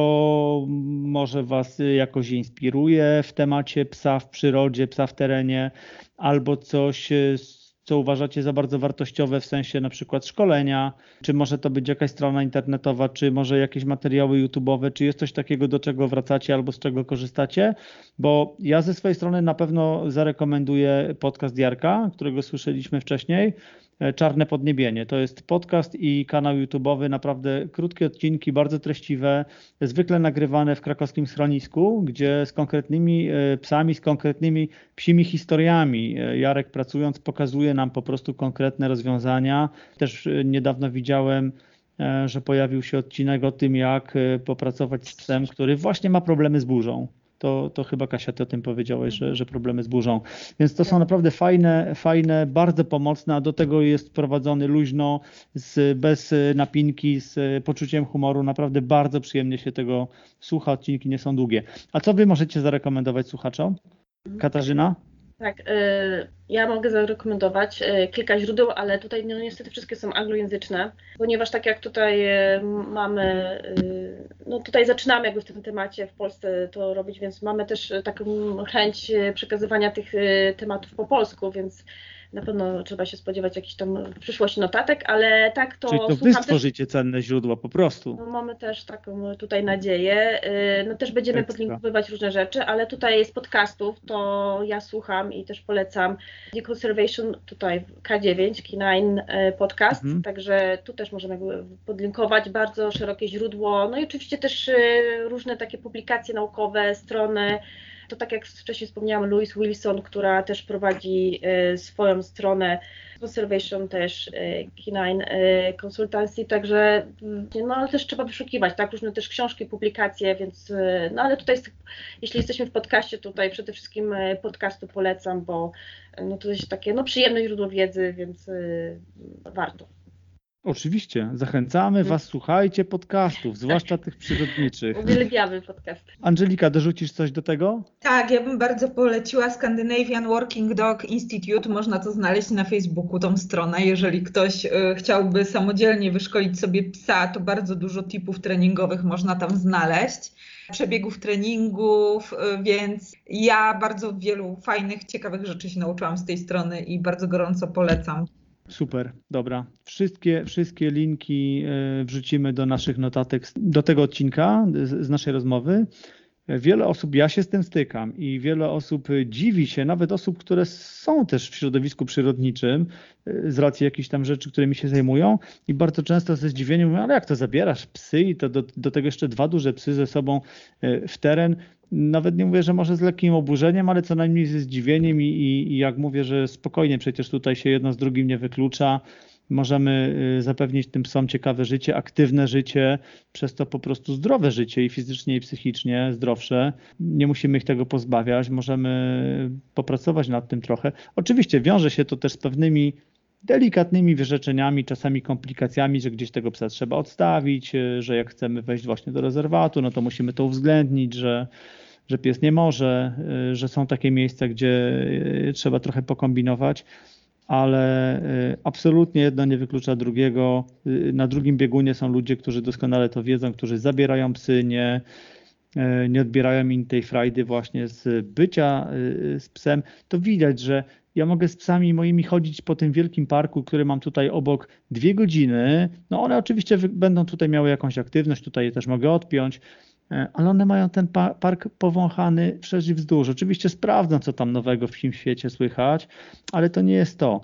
może was jakoś inspiruje w temacie psa w przyrodzie, psa w terenie, albo coś, e, co uważacie za bardzo wartościowe w sensie na przykład szkolenia, czy może to być jakaś strona internetowa, czy może jakieś materiały YouTube'owe, czy jest coś takiego, do czego wracacie albo z czego korzystacie? Bo ja ze swojej strony na pewno zarekomenduję podcast Jarka, którego słyszeliśmy wcześniej, Czarne Podniebienie. To jest podcast i kanał YouTube'owy, naprawdę krótkie odcinki, bardzo treściwe, zwykle nagrywane w krakowskim schronisku, gdzie z konkretnymi psami, z konkretnymi psimi historiami Jarek pracując pokazuje nam po prostu konkretne rozwiązania. Też niedawno widziałem, że pojawił się odcinek o tym, jak popracować z psem, który właśnie ma problemy z burzą. To, to chyba Kasia, ty o tym powiedziałeś, że, że problemy z burzą. Więc to są naprawdę fajne, fajne, bardzo pomocne, a do tego jest prowadzony luźno, z, bez napinki, z poczuciem humoru. Naprawdę bardzo przyjemnie się tego słucha, odcinki nie są długie. A co wy możecie zarekomendować słuchaczom? Katarzyna? Tak, ja mogę zarekomendować kilka źródeł, ale tutaj no, niestety wszystkie są anglojęzyczne, ponieważ tak jak tutaj mamy, no tutaj zaczynamy jakby w tym temacie w Polsce to robić, więc mamy też taką chęć przekazywania tych tematów po polsku, więc na pewno trzeba się spodziewać jakichś tam w przyszłości notatek, ale tak to Czyli to wy słucham stworzycie też, cenne źródła po prostu. no mamy też taką tutaj nadzieję. No też będziemy Ekstra. podlinkowywać różne rzeczy, ale tutaj z podcastów to ja słucham i też polecam The Conservation, tutaj K dziewięć, K dziewięć podcast, Mhm. także tu też możemy podlinkować bardzo szerokie źródło, no i oczywiście też różne takie publikacje naukowe, strony To tak jak wcześniej wspomniałam, Louise Wilson, która też prowadzi swoją stronę Conservation też Canine Consultancy, także no ale też trzeba wyszukiwać, tak, różne też książki, publikacje, więc no ale tutaj jest, jeśli jesteśmy w podcaście, tutaj przede wszystkim podcastu polecam, bo no to jest takie no przyjemne źródło wiedzy, więc warto. Oczywiście, zachęcamy Was, słuchajcie podcastów, zwłaszcza tych przyrodniczych. Uwielbiamy podcasty. Angelika, dorzucisz coś do tego? Tak, ja bym bardzo poleciła Scandinavian Working Dog Institute. Można to znaleźć na Facebooku, tą stronę. Jeżeli ktoś y, chciałby samodzielnie wyszkolić sobie psa, to bardzo dużo tipów treningowych można tam znaleźć. Przebiegów treningów, y, więc ja bardzo wielu fajnych, ciekawych rzeczy się nauczyłam z tej strony i bardzo gorąco polecam. Super, dobra. Wszystkie, wszystkie linki wrzucimy do naszych notatek, do tego odcinka, z naszej rozmowy. Wiele osób, ja się z tym stykam i wiele osób dziwi się, nawet osób, które są też w środowisku przyrodniczym z racji jakichś tam rzeczy, którymi się zajmują i bardzo często ze zdziwieniem mówią, ale jak to zabierasz psy i to do, do tego jeszcze dwa duże psy ze sobą w teren. Nawet nie mówię, że może z lekkim oburzeniem, ale co najmniej ze zdziwieniem i, i, i jak mówię, że spokojnie przecież tutaj się jedno z drugim nie wyklucza. Możemy zapewnić tym psom ciekawe życie, aktywne życie, przez to po prostu zdrowe życie i fizycznie i psychicznie zdrowsze. Nie musimy ich tego pozbawiać, możemy popracować nad tym trochę. Oczywiście wiąże się to też z pewnymi delikatnymi wyrzeczeniami, czasami komplikacjami, że gdzieś tego psa trzeba odstawić, że jak chcemy wejść właśnie do rezerwatu, no to musimy to uwzględnić, że, że pies nie może, że są takie miejsca, gdzie trzeba trochę pokombinować, ale absolutnie jedno nie wyklucza drugiego. Na drugim biegunie są ludzie, którzy doskonale to wiedzą, którzy zabierają psy, nie, nie odbierają im tej frajdy właśnie z bycia z psem. To widać, że ja mogę z psami moimi chodzić po tym wielkim parku, który mam tutaj obok dwie godziny. No one oczywiście będą tutaj miały jakąś aktywność, tutaj je też mogę odpiąć, ale one mają ten park powąchany wszerz i wzdłuż. Oczywiście sprawdzą, co tam nowego w psim świecie słychać, ale to nie jest to.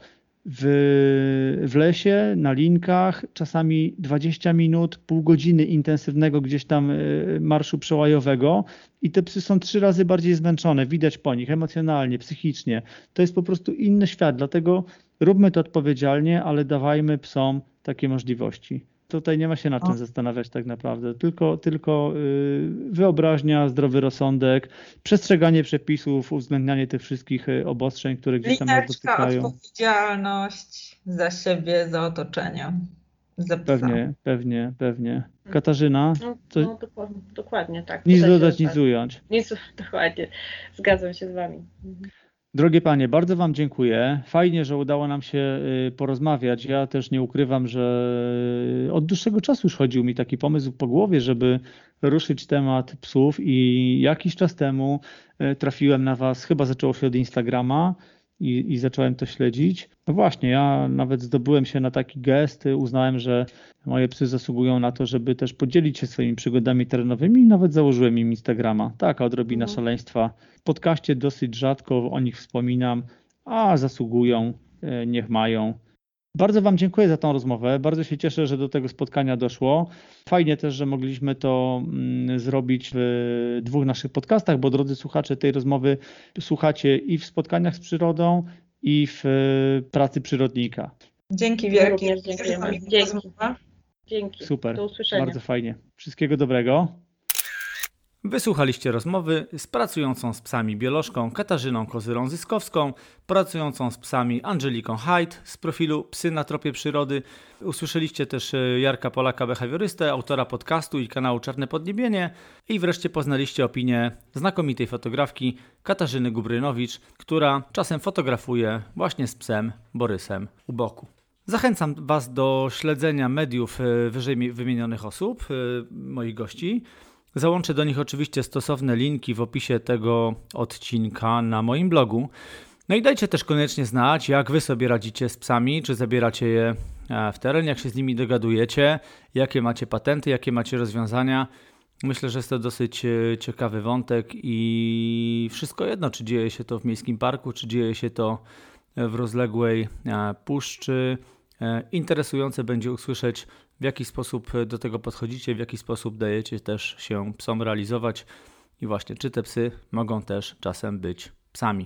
W, w lesie, na linkach, czasami dwadzieścia minut, pół godziny intensywnego gdzieś tam marszu przełajowego i te psy są trzy razy bardziej zmęczone, widać po nich emocjonalnie, psychicznie. To jest po prostu inny świat, dlatego róbmy to odpowiedzialnie, ale dawajmy psom takie możliwości. Tutaj nie ma się na czym zastanawiać tak naprawdę, tylko, tylko wyobraźnia, zdrowy rozsądek, przestrzeganie przepisów, uwzględnianie tych wszystkich obostrzeń, które gdzieś tam nas dotykają. Odpowiedzialność za siebie, za otoczenie, za psa. Pewnie, pewnie, pewnie. Katarzyna? No, coś... no dokładnie, dokładnie tak. Nic Tutaj dodać, się, nic ująć. Nic, dokładnie, zgadzam się z Wami. Mhm. Drogie panie, bardzo wam dziękuję. Fajnie, że udało nam się porozmawiać. Ja też nie ukrywam, że od dłuższego czasu już chodził mi taki pomysł po głowie, żeby ruszyć temat psów i jakiś czas temu trafiłem na was, chyba zaczęło się od Instagrama i, i zacząłem to śledzić. No właśnie, ja nawet zdobyłem się na taki gest, uznałem, że moje psy zasługują na to, żeby też podzielić się swoimi przygodami terenowymi i nawet założyłem im Instagrama. Taka odrobina mhm. szaleństwa. W podcaście dosyć rzadko o nich wspominam, a zasługują, niech mają. Bardzo wam dziękuję za tą rozmowę. Bardzo się cieszę, że do tego spotkania doszło. Fajnie też, że mogliśmy to zrobić w dwóch naszych podcastach, bo drodzy słuchacze, tej rozmowy słuchacie i w spotkaniach z przyrodą, i w pracy przyrodnika. Dzięki wielkie. Dziękujemy. Dzięki. Dzięki. Super. Do usłyszenia. Bardzo fajnie. Wszystkiego dobrego. Wysłuchaliście rozmowy z pracującą z psami biolożką Katarzyną Kozyrą-Zyskowską, pracującą z psami Angeliką Haidt z profilu Psy na tropie przyrody. Usłyszeliście też Jarka Polaka, behawiorystę, autora podcastu i kanału Czarne Podniebienie i wreszcie poznaliście opinię znakomitej fotografki Katarzyny Gubrynowicz, która czasem fotografuje właśnie z psem Borysem u boku. Zachęcam Was do śledzenia mediów wyżej wymienionych osób, moich gości. Załączę do nich oczywiście stosowne linki w opisie tego odcinka na moim blogu. No i dajcie też koniecznie znać, jak Wy sobie radzicie z psami, czy zabieracie je w teren, jak się z nimi dogadujecie, jakie macie patenty, jakie macie rozwiązania. Myślę, że jest to dosyć ciekawy wątek i wszystko jedno, czy dzieje się to w miejskim parku, czy dzieje się to w rozległej puszczy. Interesujące będzie usłyszeć, w jaki sposób do tego podchodzicie, w jaki sposób dajecie też się psom realizować i właśnie, czy te psy mogą też czasem być psami.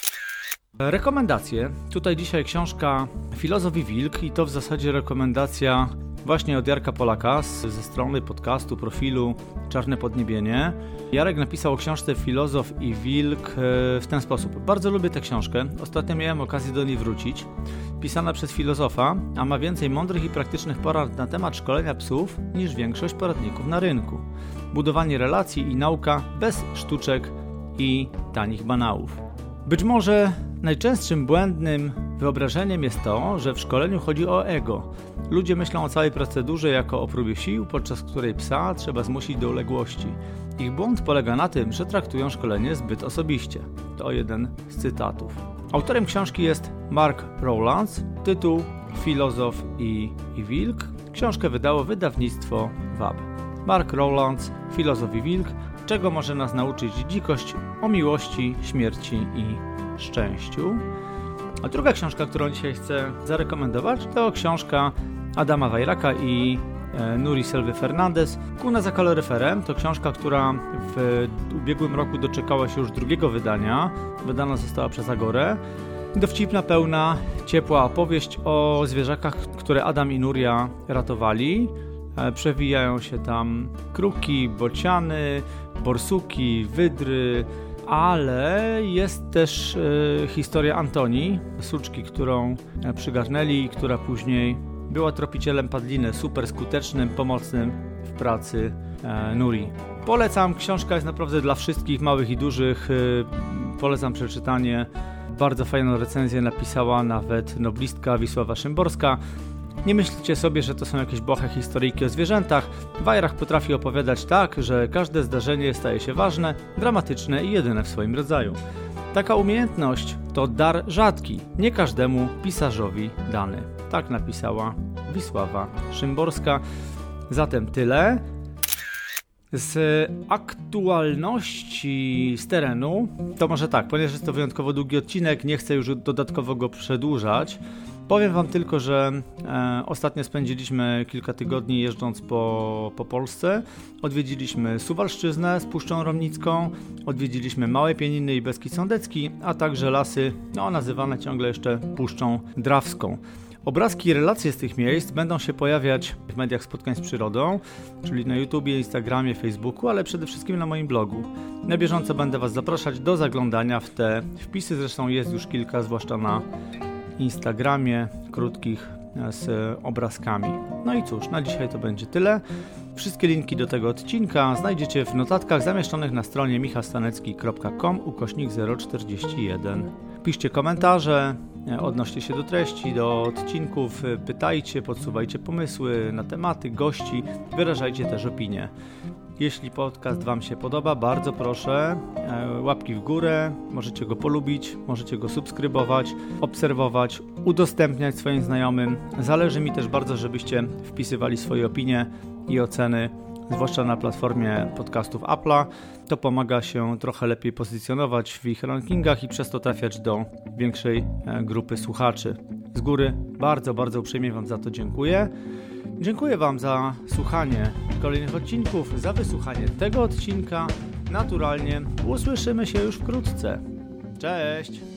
Rekomendacje. Tutaj dzisiaj książka Filozof i Wilk i to w zasadzie rekomendacja właśnie od Jarka Polaka z, ze strony podcastu, profilu Czarne Podniebienie. Jarek napisał o książce Filozof i Wilk w ten sposób. Bardzo lubię tę książkę. Ostatnio miałem okazję do niej wrócić. Pisana przez filozofa, a ma więcej mądrych i praktycznych porad na temat szkolenia psów niż większość poradników na rynku. Budowanie relacji i nauka bez sztuczek i tanich banałów. Być może najczęstszym błędnym wyobrażeniem jest to, że w szkoleniu chodzi o ego. Ludzie myślą o całej procedurze jako o próbie sił, podczas której psa trzeba zmusić do uległości. Ich błąd polega na tym, że traktują szkolenie zbyt osobiście. To jeden z cytatów. Autorem książki jest Mark Rowlands, tytuł Filozof i, i Wilk. Książkę wydało wydawnictwo W A B. Mark Rowlands, Filozof i Wilk. Czego może nas nauczyć dzikość o miłości, śmierci i szczęściu. A druga książka, którą dzisiaj chcę zarekomendować, to książka Adama Weiraka i e, Nuri Selwy Fernandez Cuna za kaloryferem. To książka, która w ubiegłym roku doczekała się już drugiego wydania. Wydana została przez Agorę. Dowcipna, pełna, ciepła opowieść o zwierzakach, które Adam i Nuria ratowali. E, przewijają się tam kruki, bociany, borsuki, wydry, ale jest też e, historia Antonii, suczki, którą e, przygarnęli i która później była tropicielem padliny, super skutecznym, pomocnym w pracy e, Nuri. Polecam, książka jest naprawdę dla wszystkich, małych i dużych, e, polecam przeczytanie. Bardzo fajną recenzję napisała nawet noblistka Wisława Szymborska. Nie myślcie sobie, że to są jakieś błahe historyjki o zwierzętach. Weirach potrafi opowiadać tak, że każde zdarzenie staje się ważne, dramatyczne i jedyne w swoim rodzaju. Taka umiejętność to dar rzadki, nie każdemu pisarzowi dany. Tak napisała Wisława Szymborska. Zatem tyle. Z aktualności z terenu, to może tak, ponieważ jest to wyjątkowo długi odcinek, nie chcę już dodatkowo go przedłużać. Powiem Wam tylko, że e, ostatnio spędziliśmy kilka tygodni jeżdżąc po, po Polsce. Odwiedziliśmy Suwalszczyznę z Puszczą Romnicką, odwiedziliśmy Małe Pieniny i Beskid Sądecki, a także lasy, no nazywane ciągle jeszcze Puszczą Drawską. Obrazki i relacje z tych miejsc będą się pojawiać w mediach spotkań z przyrodą, czyli na YouTubie, Instagramie, Facebooku, ale przede wszystkim na moim blogu. Na bieżąco będę Was zapraszać do zaglądania w te wpisy, zresztą jest już kilka, zwłaszcza na Instagramie, krótkich z obrazkami. No i cóż, na dzisiaj to będzie tyle. Wszystkie linki do tego odcinka znajdziecie w notatkach zamieszczonych na stronie michałstanecki kropka com ukośnik zero czterdzieści jeden. Piszcie komentarze, odnoście się do treści, do odcinków, pytajcie, podsuwajcie pomysły na tematy, gości, wyrażajcie też opinie. Jeśli podcast Wam się podoba, bardzo proszę, łapki w górę, możecie go polubić, możecie go subskrybować, obserwować, udostępniać swoim znajomym. Zależy mi też bardzo, żebyście wpisywali swoje opinie i oceny, zwłaszcza na platformie podcastów Apple'a. To pomaga się trochę lepiej pozycjonować w ich rankingach i przez to trafiać do większej grupy słuchaczy. Z góry bardzo, bardzo uprzejmie Wam za to dziękuję. Dziękuję Wam za słuchanie kolejnych odcinków, za wysłuchanie tego odcinka. Naturalnie usłyszymy się już wkrótce. Cześć!